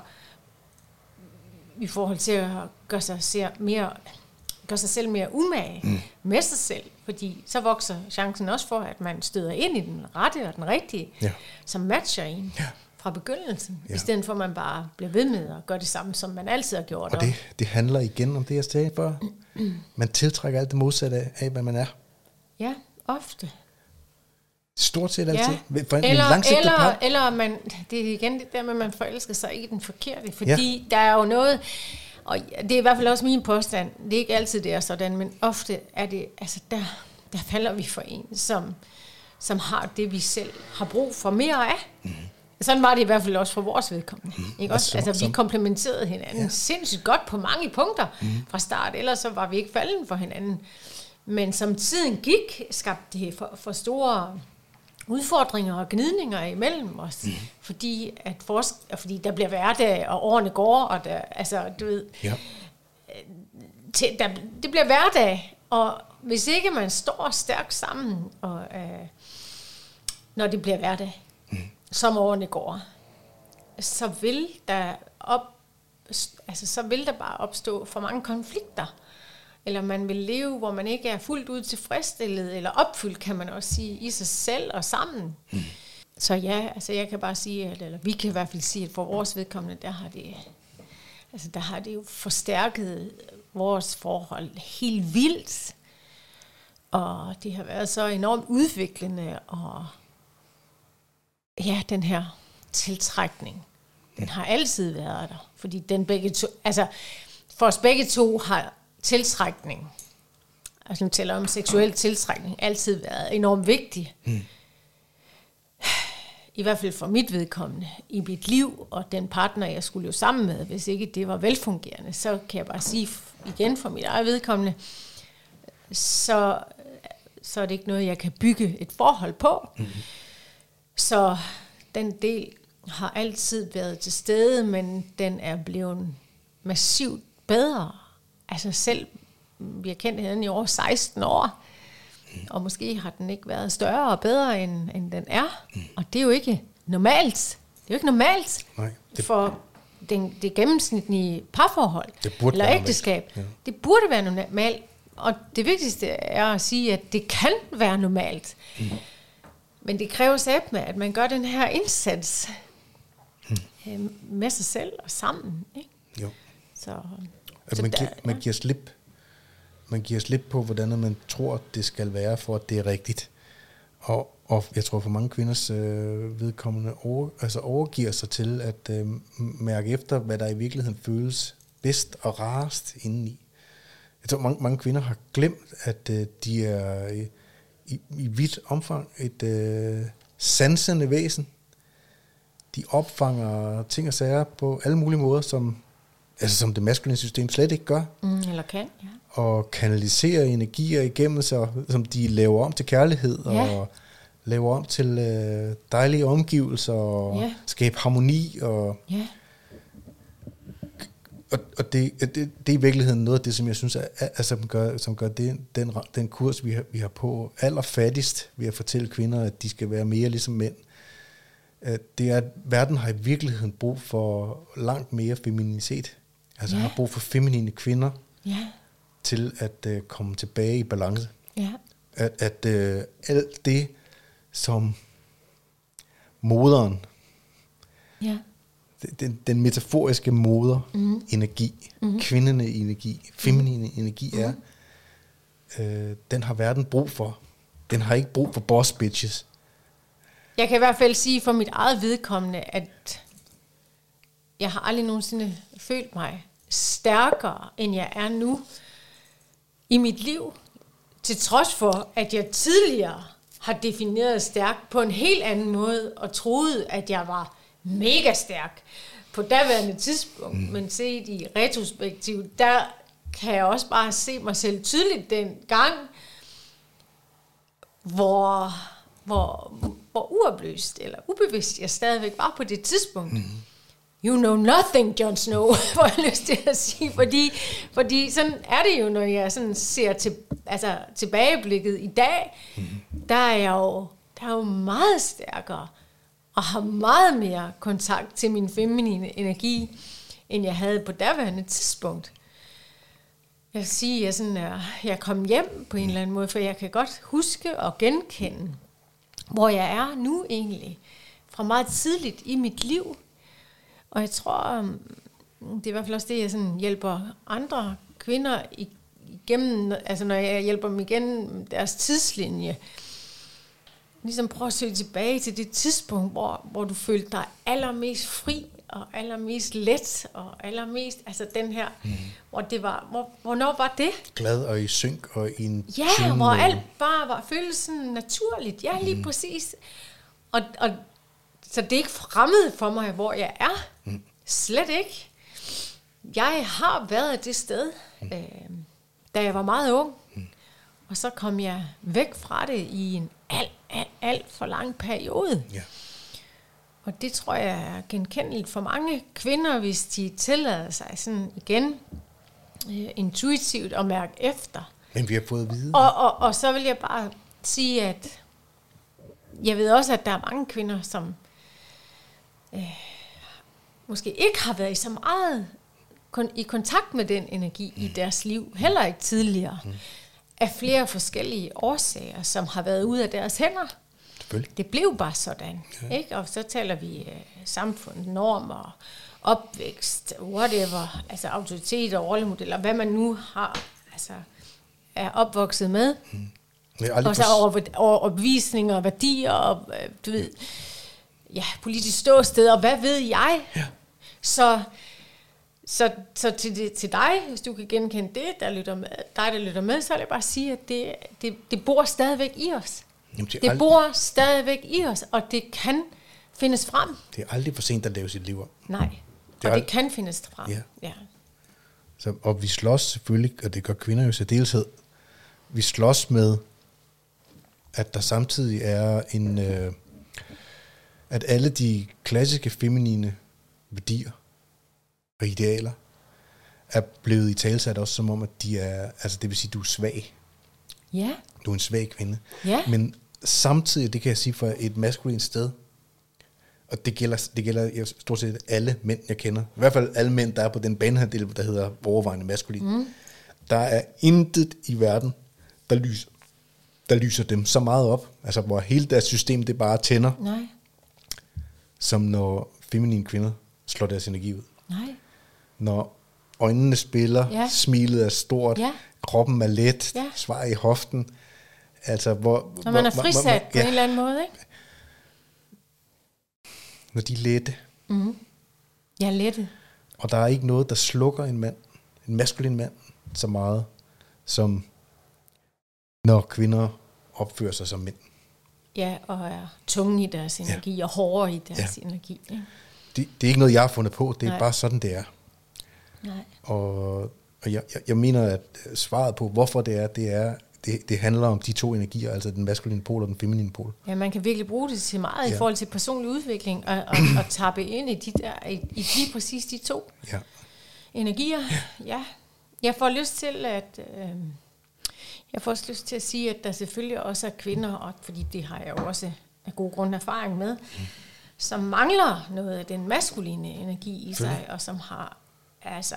i forhold til at gøre sig, mere, gøre sig selv mere umage mm. med sig selv, fordi så vokser chancen også for, at man støder ind i den rette og den rigtige, ja. som matcher en ja. fra begyndelsen, ja. i stedet for at man bare bliver ved med at gøre det samme, som man altid har gjort. Og det, det handler igen om det, jeg sagde før. Man tiltrækker alt det modsatte af, af, hvad man er. Ja, ofte. Stort set altid. Ja. For en eller, eller, par. eller man, det er igen det der med, at man forelsker sig i den forkerte, fordi ja. der er jo noget, og det er i hvert fald også min påstand, det er ikke altid det er sådan, men ofte er det, altså der, der falder vi for en, som, som har det, vi selv har brug for mere af. Mm. sådan var det i hvert fald også for vores vedkommende. Mm. Ikke også? Altså, altså vi komplementerede hinanden ja. sindssygt godt på mange punkter mm. fra start, ellers så var vi ikke falden for hinanden. Men som tiden gik, skabte det for, for store udfordringer og gnidninger imellem os, mm. fordi, at forsk- fordi der bliver hverdag, og årene går, og der, altså, du ved, ja. til, der, det bliver hverdag, og hvis ikke man står stærkt sammen, og, øh, når det bliver hverdag, mm. som årene går, så vil der op, altså, så vil der bare opstå for mange konflikter, eller man vil leve, hvor man ikke er fuldt ud tilfredsstillet, eller opfyldt, kan man også sige, i sig selv og sammen. Mm. Så ja, altså jeg kan bare sige, at, eller vi kan i hvert fald sige, at for vores vedkommende, der har det, altså der har det jo forstærket vores forhold helt vildt. Og det har været så enormt udviklende, og ja, den her tiltrækning, den har altid været der. Fordi den begge to, altså for os begge to har tiltrækning, altså nu taler om seksuel tiltrækning, altid været enormt vigtig. Mm. I hvert fald for mit vedkommende, i mit liv, og den partner, jeg skulle jo sammen med, hvis ikke det var velfungerende, så kan jeg bare sige igen for mit eget vedkommende, så, så er det ikke noget, jeg kan bygge et forhold på. Mm. Så den del har altid været til stede, men den er blevet massivt bedre. Altså selv, vi har kendt hinanden i over seksten år, mm. og måske har den ikke været større og bedre, end, end den er. Mm. Og det er jo ikke normalt. Det er jo ikke normalt Nej, det, for den, det gennemsnitlige parforhold eller ægteskab. Ja. Det burde være normalt. Og det vigtigste er at sige, at det kan være normalt. Mm. Men det kræver sæt med, at man gør den her indsats mm. øh, med sig selv og sammen. Ikke? Jo. Så... At man, giver, man giver slip man giver slip på, hvordan man tror, det skal være, for at det er rigtigt. Og, og jeg tror, for mange kvinders øh, vedkommende over, altså overgiver sig til at øh, mærke efter, hvad der i virkeligheden føles bedst og rarest indeni. Jeg tror, mange, mange kvinder har glemt, at øh, de er i, i, i vidt omfang et øh, sansende væsen. De opfanger ting og sager på alle mulige måder, som altså som det maskuline system slet ikke gør. Mm, eller kan, ja. Og kanaliserer energier igennem sig, som de laver om til kærlighed, ja. Og laver om til øh, dejlige omgivelser, og ja. Skabe harmoni. Og, ja. og, og det, det, det er i virkeligheden noget af det, som jeg synes, er, er, som gør, som gør det, den, den kurs, vi har, vi har på, allerfattigst ved at fortælle kvinder, at de skal være mere ligesom mænd. Det er, at verden har i virkeligheden brug for langt mere femininitet. Altså ja. Har brug for feminine kvinder ja. Til at uh, komme tilbage i balance. Ja. At, at uh, alt det, som moderen, ja. den, den metaforiske moder, mm. energi, mm. kvindende energi, feminine mm. energi er, mm. uh, den har verden brug for. Den har ikke brug for boss bitches. Jeg kan i hvert fald sige for mit eget vedkommende, at jeg har aldrig nogensinde følt mig stærkere, end jeg er nu i mit liv. Til trods for, at jeg tidligere har defineret stærk på en helt anden måde, og troede, at jeg var mega stærk på daværende tidspunkt. Mm. Men set i retrospektiv, der kan jeg også bare se mig selv tydeligt den gang, hvor... hvor hvor uopløst eller ubevidst jeg stadigvæk var på det tidspunkt. Mm. You know nothing, Jon Snow, får jeg lyst til at sige, fordi, fordi sådan er det jo, når jeg sådan ser til, altså, tilbageblikket i dag, mm. der, er jeg jo, der er jo meget stærkere, og har meget mere kontakt til min feminine energi, end jeg havde på daværende tidspunkt. Jeg vil sige, at jeg, sådan er, jeg kom hjem på en eller anden måde, for jeg kan godt huske og genkende, hvor jeg er nu egentlig, fra meget tidligt i mit liv. Og jeg tror, det er i hvert fald også det, jeg sådan hjælper andre kvinder igennem, altså når jeg hjælper dem igennem deres tidslinje, ligesom prøve at søge tilbage til det tidspunkt, hvor, hvor du følte dig allermest fri, og allermest let, og allermest, altså den her, mm. hvor det var, hvor, hvornår var det? Glad og i synk og i en ja, tune, hvor alt bare var føles sådan naturligt, ja, lige mm. præcis. Og, og så det er ikke fremmed for mig, hvor jeg er. Mm. Slet ikke. Jeg har været det sted, mm. øh, da jeg var meget ung. Mm. Og så kom jeg væk fra det i en alt, alt, alt for lang periode. Yeah. Og det tror jeg er genkendeligt for mange kvinder, hvis de tillader sig sådan igen øh, intuitivt at mærke efter. Men vi har fået at vide. Og, og, og så vil jeg bare sige, at jeg ved også, at der er mange kvinder, som øh, måske ikke har været i så meget kon- i kontakt med den energi mm. i deres liv, heller ikke tidligere, mm. af flere forskellige årsager, som har været ude af deres hænder. Det blev bare sådan, ja. Ikke? Og så taler vi uh, samfund, normer, opvækst, whatever, altså autoriteter og rollemodeller, hvad man nu har, altså er opvokset med. Hmm. Og så over, over opvisninger, værdier, og du ved, ja, politisk ståsted, og hvad ved jeg? Ja. Så, så, så til, det, til dig, hvis du kan genkende det, der lytter med, dig, der lytter med, så vil jeg bare sige, at det, det, det bor stadigvæk i os. Jamen, det, det ald- bor stadigvæk i os, og det kan findes frem. Det er aldrig for sent at lave sit liv om. Nej, det og ald- det kan findes frem. Ja. Ja. Så, og vi slås selvfølgelig, og det gør kvinder jo i særdeleshed, vi slås med, at der samtidig er en, øh, at alle de klassiske feminine værdier og idealer er blevet i talesat også som om, at de er, altså det vil sige, at du er svag. Ja. Du er en svag kvinde. Ja. Men samtidig, det kan jeg sige for et maskulint sted, og det gælder, det gælder stort set alle mænd, jeg kender, i hvert fald alle mænd, der er på den banehalvdel, der hedder overvejende maskulin, mm. der er intet i verden, der lyser, der lyser dem så meget op, altså hvor hele deres system, det bare tænder, Nej. som når feminine kvinder slår deres energi ud. Nej. Når øjnene spiller, ja. Smilet er stort, ja. Kroppen er let, ja. Svar i hoften. Altså, hvor, når man er frisat hvor, hvor, på ja. En eller anden måde, ikke? Når de er lette. Mm. Ja, lette. Og der er ikke noget, der slukker en mand, en maskulin mand, så meget, som når kvinder opfører sig som mænd. Ja, og er tunge i deres energi, ja. Og hårde i deres ja. Energi. Ikke? Det, det er ikke noget, jeg har fundet på, det er Nej. Bare sådan, det er. Nej. Og, og jeg, jeg, jeg mener, at svaret på, hvorfor det er, det er, det, det handler om de to energier, altså den maskuline pol og den feminine pol. Ja, man kan virkelig bruge det til meget ja. I forhold til personlig udvikling, og, og, og tappe ind i, de der, i, i lige præcis de to ja. Energier. Ja. Ja. Jeg får lyst til at... Øh, jeg får også lyst til at sige, at der selvfølgelig også er kvinder, og fordi det har jeg jo også af god grund erfaring med, mm. som mangler noget af den maskuline energi i sig, og som har altså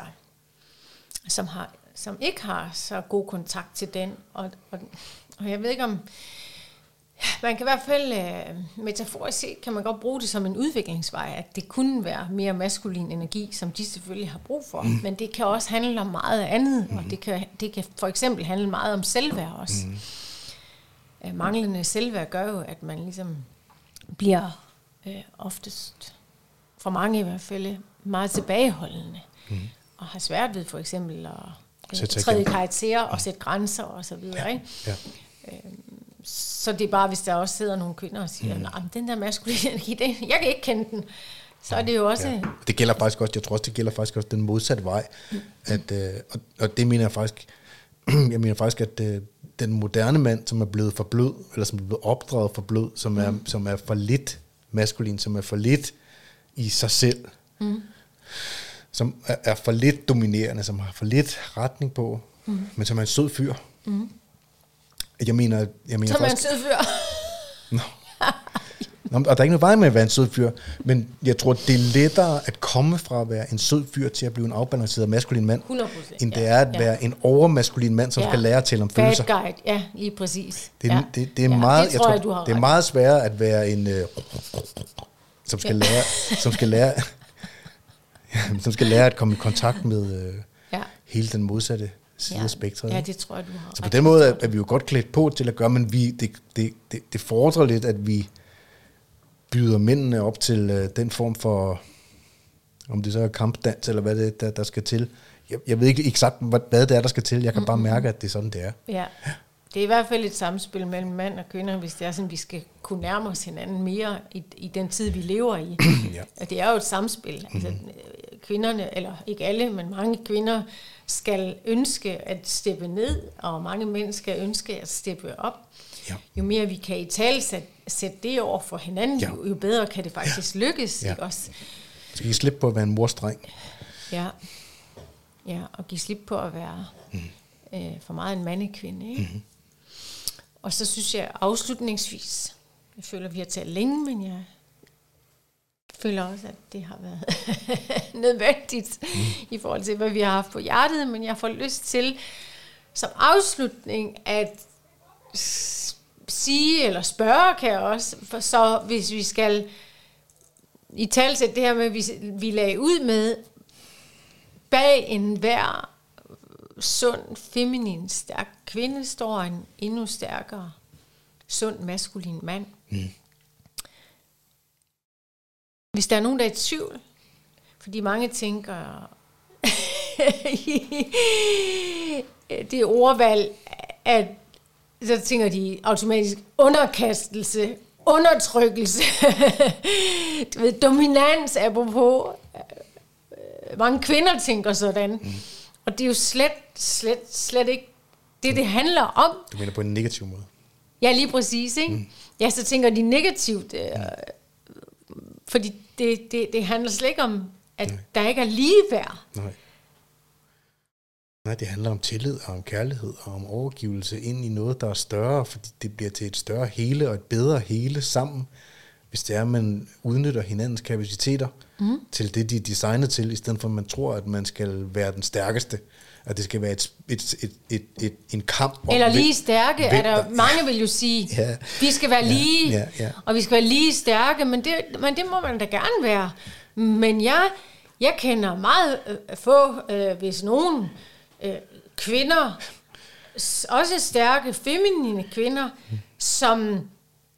som har som ikke har så god kontakt til den, og, og, og jeg ved ikke om man kan i hvert fald uh, metaforisk set kan man godt bruge det som en udviklingsvej, at det kunne være mere maskulin energi, som de selvfølgelig har brug for, mm. men det kan også handle om meget andet, mm. og det kan, det kan for eksempel handle meget om selvværd også. Mm. Uh, manglende selvværd gør jo, at man ligesom bliver uh, oftest, for mange i hvert fald, meget tilbageholdende, mm. og har svært ved for eksempel at uh, træde karakterer og sætte grænser og så videre, ikke? Ja. Uh, Så det er bare, hvis der også sidder nogle kvinder og siger, mm. nej, den der maskuline energi, det, jeg kan ikke kende den. Så er det jo også... Ja. Det gælder faktisk også, jeg tror også, det gælder faktisk også den modsatte vej. Mm. At, øh, og, og det mener jeg faktisk, jeg mener faktisk, at øh, den moderne mand, som er blevet for blød, eller som er blevet opdraget for blød, som, mm. er, som er for lidt maskulin, som er for lidt i sig selv, mm. som er, er for lidt dominerende, som har for lidt retning på, mm. men som er en sød fyr. Mm. Jeg mener, jeg mener som faktisk... Som en sød fyr. Nå. Nå, og der er ikke noget vej med at være en sød fyr, men jeg tror, det er lettere at komme fra at være en sød fyr til at blive en afbalanceret maskulin mand, hundrede procent, end det er at ja. Være en overmaskulin mand, som ja. Skal lære at tale om Bad følelser. Guide, ja, lige præcis. Det er, ja. det, det er ja, meget, det jeg tror, tror, jeg, du har det er ret. meget sværere at være en, øh, som skal lære, som skal lære, som skal lære at komme i kontakt med øh, ja. Hele den modsatte side ja. Af spektret. Ja, det tror jeg, du har. Så på den måde er, er vi jo godt klædt på til at gøre, men vi, det, det, det, det fordrer lidt, at vi byder mændene op til øh, den form for, om det så er kampdans, eller hvad det der, der skal til. Jeg, jeg ved ikke eksakt, hvad, hvad det er, der skal til. Jeg kan mm-hmm. bare mærke, at det er sådan, det er. Ja. det er i hvert fald et samspil mellem mand og kvinder, hvis det er sådan, vi skal kunne nærme os hinanden mere i, i den tid, vi lever i. Ja. Og det er jo et samspil. Altså, kvinderne, eller ikke alle, men mange kvinder skal ønske at steppe ned, og mange mænd skal ønske at steppe op. Ja. Jo mere vi kan i tale sætte, sætte det over for hinanden, ja. jo, jo bedre kan det faktisk ja. lykkes. Ja. Ikke også? Skal I slippe på at være en morstreng? Ja, ja, og give slip på at være mm. øh, for meget en mandekvinde. Ikke? Mm-hmm. Og så synes jeg afslutningsvis, jeg føler, vi har talt længe, men jeg føler også, at det har været nødvendigt mm. i forhold til, hvad vi har haft på hjertet, men jeg får lyst til som afslutning at sige, eller spørge kan jeg også, for så hvis vi skal i talsæt det her med, at vi, vi lagde ud med, bag en hver sund, feminin, stærk kvinde står en endnu stærkere, sund, maskulin mand. Mm. Hvis der er nogen, der er i tvivl, fordi mange tænker, det ordvalg, at så tænker de automatisk underkastelse, undertrykkelse, du ved, dominans, apropos. Mange kvinder tænker sådan. Mm. Og det er jo slet, slet, slet ikke det, det handler om. Du mener på en negativ måde? Ja, lige præcis, ikke? Mm. Ja, så tænker de negativt. Øh, mm. Fordi det, det, det handler slet ikke om, at Nej. der ikke er ligeværd. Nej. Nej, det handler om tillid og om kærlighed og om overgivelse ind i noget, der er større, fordi det bliver til et større hele og et bedre hele sammen, hvis det er, at man udnytter hinandens kapaciteter mm. til det, de er designet til, i stedet for, at man tror, at man skal være den stærkeste, at det skal være et, et, et, et, et, en kamp. Eller lige stærke, er der, mange vil jo sige, ja. vi skal være lige, ja, ja, ja. og vi skal være lige stærke, men det, men det må man da gerne være. Men jeg, jeg kender meget øh, få, øh, hvis nogen, øh, kvinder, også stærke, feminine kvinder, mm. som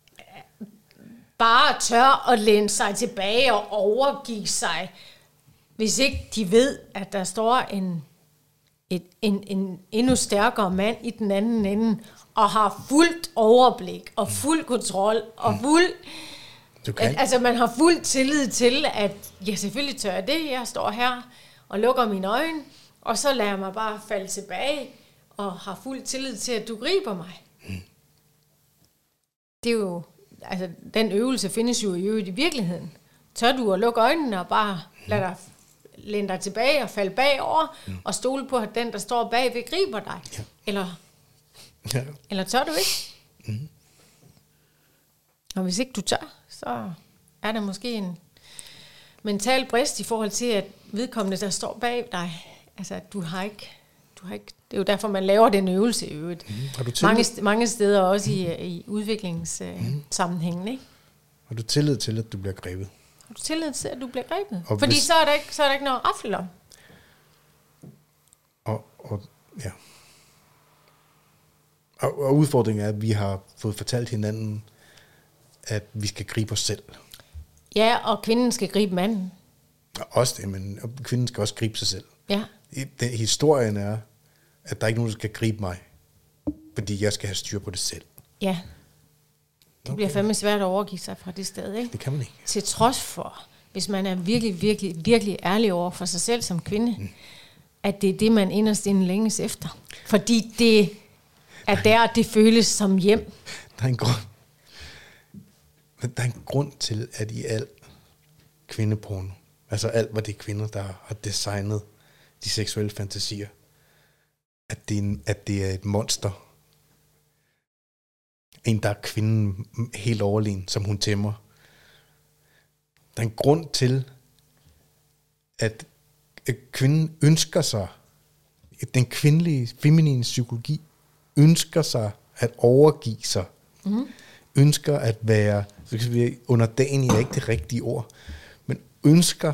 bare tør at læne sig tilbage og overgive sig, hvis ikke de ved, at der står en, et, en, en endnu stærkere mand i den anden ende, og har fuldt overblik, og fuld kontrol, og fuld... At, altså, man har fuld tillid til, at ja, selvfølgelig tør jeg det. Jeg står her og lukker mine øjne, og så lader jeg mig bare falde tilbage, og har fuld tillid til, at du griber mig. Det er jo... Altså, den øvelse findes jo i øvrigt i virkeligheden. Tør du at lukke øjnene og bare lade dig læne dig tilbage og falde bagover, mm. og stole på, at den, der står bagved, griber dig? Ja. Eller, ja. eller tør du ikke? Mm. Og hvis ikke du tør, så er der måske en mental brist i forhold til, at vedkommende, der står bag dig, altså, du har ikke... Du har ikke, det er jo derfor, man laver den øvelse i øvrigt. Mm. Har du mange, mange steder også mm. i, i udviklingssammenhængen. Øh, mm. Har du tillid til, at du bliver grebet? Har du tillid til, at du bliver grebet? Og Fordi hvis, så, er der ikke, så er der ikke noget at rafle om. Og, og, ja. og, og udfordringen er, at vi har fået fortalt hinanden, at vi skal gribe os selv. Ja, og kvinden skal gribe manden. Og også det, men kvinden skal også gribe sig selv. Ja. Den, historien er, at der er ikke nogen, der skal gribe mig, fordi jeg skal have styr på det selv. Ja. Det okay. bliver fandme svært at overgive sig fra det sted, ikke? Det kan man ikke. Til trods for, hvis man er virkelig, virkelig, virkelig ærlig over for sig selv som kvinde, mm. at det er det, man inderst inde længes efter. Fordi det er der, det føles som hjem. Der er en grund, der er en grund til, at i al kvindeporno, altså alt, hvad det er kvinder, der har designet de seksuelle fantasier, at det, er en, at det er et monster. En, der er kvinden helt overlegen, som hun tæmmer. Der er en grund til, at kvinden ønsker sig, den kvindelige, feminine psykologi, ønsker sig at overgive sig. Mm. Ønsker at være, så kan vi underdanig, er ikke det rigtige ord, men ønsker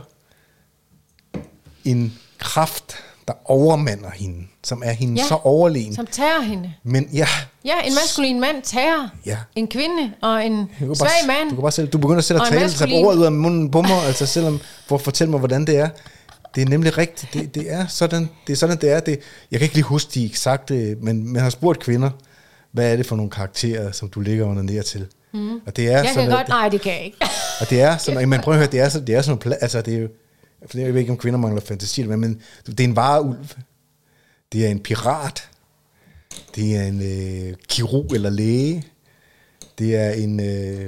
en kraft, der overmander hende, som er hende ja, så overlegen. Som tager hende. Men ja. Ja, en maskulin mand tager ja. en kvinde og en svag bare, mand. Du kan bare selv, du begynder selv at tale, tage ordet ud af munden på mig, altså selvom, for at fortælle mig, hvordan det er. Det er nemlig rigtigt. Det, det er sådan, det er sådan, det er. Det, jeg kan ikke lige huske de eksakte, men man har spurgt kvinder, hvad er det for nogle karakterer, som du ligger under ned til? Mm. Og det er jeg sådan kan noget, godt, nej, det kan jeg ikke. Og det er sådan, man prøver at høre, det er sådan, det er sådan noget, altså det er jo, jeg ved ikke, om kvinder mangler fantasi, men, men det er en vareulv, det er en pirat, det er en øh, kirurg eller læge, det er en, øh,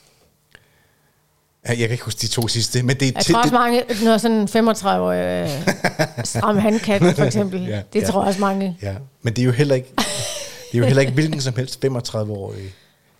jeg kan ikke huske de to sidste, men det er... Jeg tror også mange, noget sådan femogtredive-årig øh, stram handkat, for eksempel, ja, det ja. tror jeg også mange. Ja, men det er jo heller ikke, det er jo heller ikke hvilken som helst femogtredive-årig,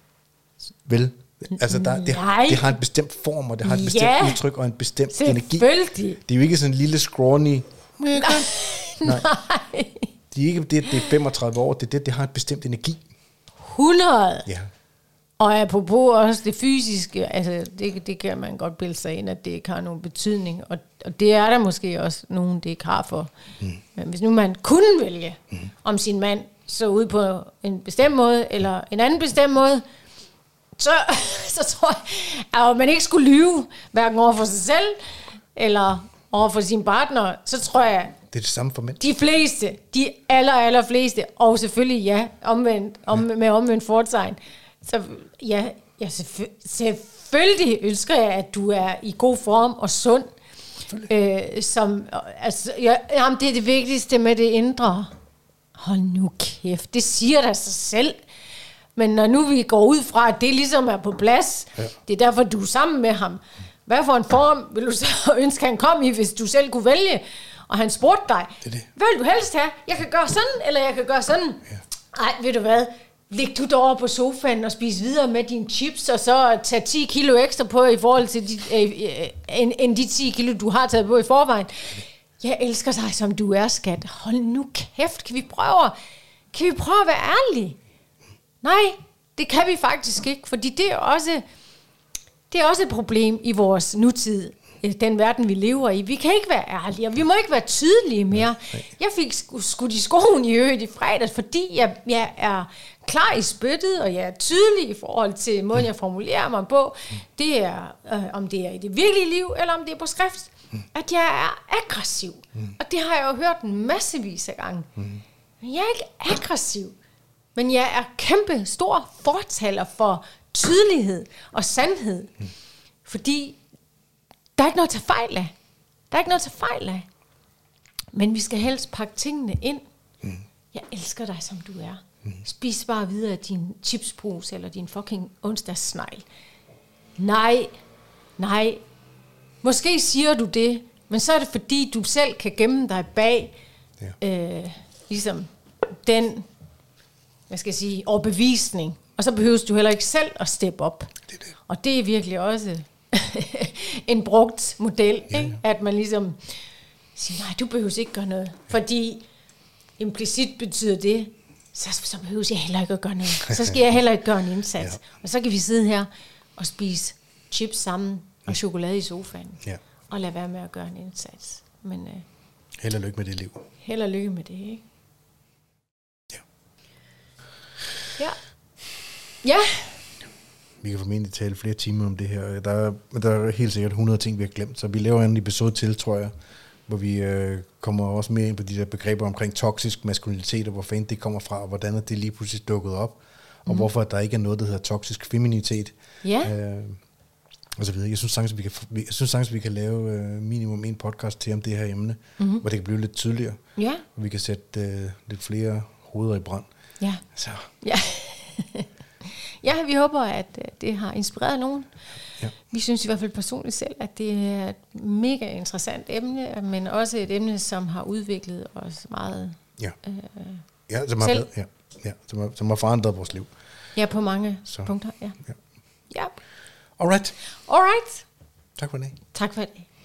vel? Altså, der, det, det har en bestemt form, og det har et bestemt ja, udtryk og en bestemt energi. Det er jo ikke sådan en lille scrawny... Nej. Nej. Det er ikke det, det er femogtredive år, det er det, det har en bestemt energi. hundrede Ja. Og apropos også det fysiske, altså det, det kan man godt bilde sig ind, at det ikke har nogen betydning. Og, og det er der måske også nogen, det ikke har for. Mm. Men hvis nu man kunne vælge, mm. om sin mand så ud på en bestemt måde, eller en anden bestemt måde, så, så tror jeg, at man ikke skulle lyve, hverken over for sig selv, eller over for sin partner, så tror jeg, det er det samme for mænd. De fleste, de aller, aller fleste, og selvfølgelig ja, omvendt, om, ja. med omvendt fortegn. Så ja, ja selvfø- selvfølgelig ønsker jeg, at du er i god form og sund. Øh, som, altså, ja, jamen, det er det vigtigste med det indre. Hold nu kæft, det siger der sig selv. Men når nu vi går ud fra, at det ligesom er på plads, ja. det er derfor, du er sammen med ham. Hvad for en form vil du så ønske, han kom i, hvis du selv kunne vælge? Og han spurgte dig, det det. Hvad vil du helst have? Jeg kan gøre sådan, eller jeg kan gøre sådan. Nej, ja. Ved du hvad? Lig du derovre på sofaen og spise videre med dine chips, og så tage ti kilo ekstra på i forhold til de, øh, end, end de ti kilo, du har taget på i forvejen. Jeg elsker dig, som du er, skat. Hold nu kæft, kan vi prøve, kan vi prøve at være ærlige? Nej, det kan vi faktisk ikke, fordi det er også, det er også et problem i vores nutid. Den verden, vi lever i. Vi kan ikke være ærlige, og vi må ikke være tydelige mere. Jeg fik skudt i skoen i øvrigt i fredags, fordi jeg, jeg er klar i spyttet, og jeg er tydelig i forhold til måden, jeg formulerer mig på. Det er, øh, om det er i det virkelige liv, eller om det er på skrift. At jeg er aggressiv. Og det har jeg jo hørt en massevis af gange. Men jeg er ikke aggressiv. Men jeg er kæmpe stor fortaler for tydelighed og sandhed. Fordi der er ikke noget at tage fejl af. Der er ikke noget at tage fejl af. Men vi skal helst pakke tingene ind. Mm. Jeg elsker dig, som du er. Mm. Spis bare videre af din chipspose eller din fucking onsdagssnegl. Nej, nej. Måske siger du det, men så er det fordi, du selv kan gemme dig bag ja. øh, ligesom den, hvad skal jeg sige, overbevisning. Og så behøver du heller ikke selv at steppe op. Det det. Og det er virkelig også en brugt model, ja, ja. Ikke? At man ligesom siger, nej, du behøver ikke gøre noget. Fordi implicit betyder det, så, så behøver jeg heller ikke at gøre noget. Så skal jeg heller ikke gøre en indsats. Ja. Og så kan vi sidde her og spise chips sammen og chokolade i sofaen. Ja. Og lade være med at gøre en indsats. Men øh, held og lykke med det liv. Held og lykke med det, ikke? Ja. Ja. Ja. Vi kan formentlig tale flere timer om det her. Der er, der er helt sikkert hundrede ting, vi har glemt. Så vi laver en episode til, tror jeg, hvor vi øh, kommer også mere ind på de der begreber omkring toksisk maskulinitet, og hvor fanden det kommer fra, og hvordan det lige pludselig dukket op, og mm. hvorfor der ikke er noget, der hedder toksisk feminitet. Ja. Øh, og så videre. Jeg synes sagtens, vi kan, jeg synes sagtens, vi kan lave øh, minimum en podcast til om det her emne, mm-hmm. hvor det kan blive lidt tydeligere. Ja. Og vi kan sætte øh, lidt flere hoveder i brand. Ja. Så. Ja. Ja, vi håber, at det har inspireret nogen. Ja. Vi synes i hvert fald personligt selv, at det er et mega interessant emne, men også et emne, som har udviklet os meget ja. øh, ja, som har, selv. ja, ja, som har, som har forandret vores liv. Ja, på mange Så. punkter. Ja. Ja. Ja. Alright. Alright. Tak for det. Tak for det.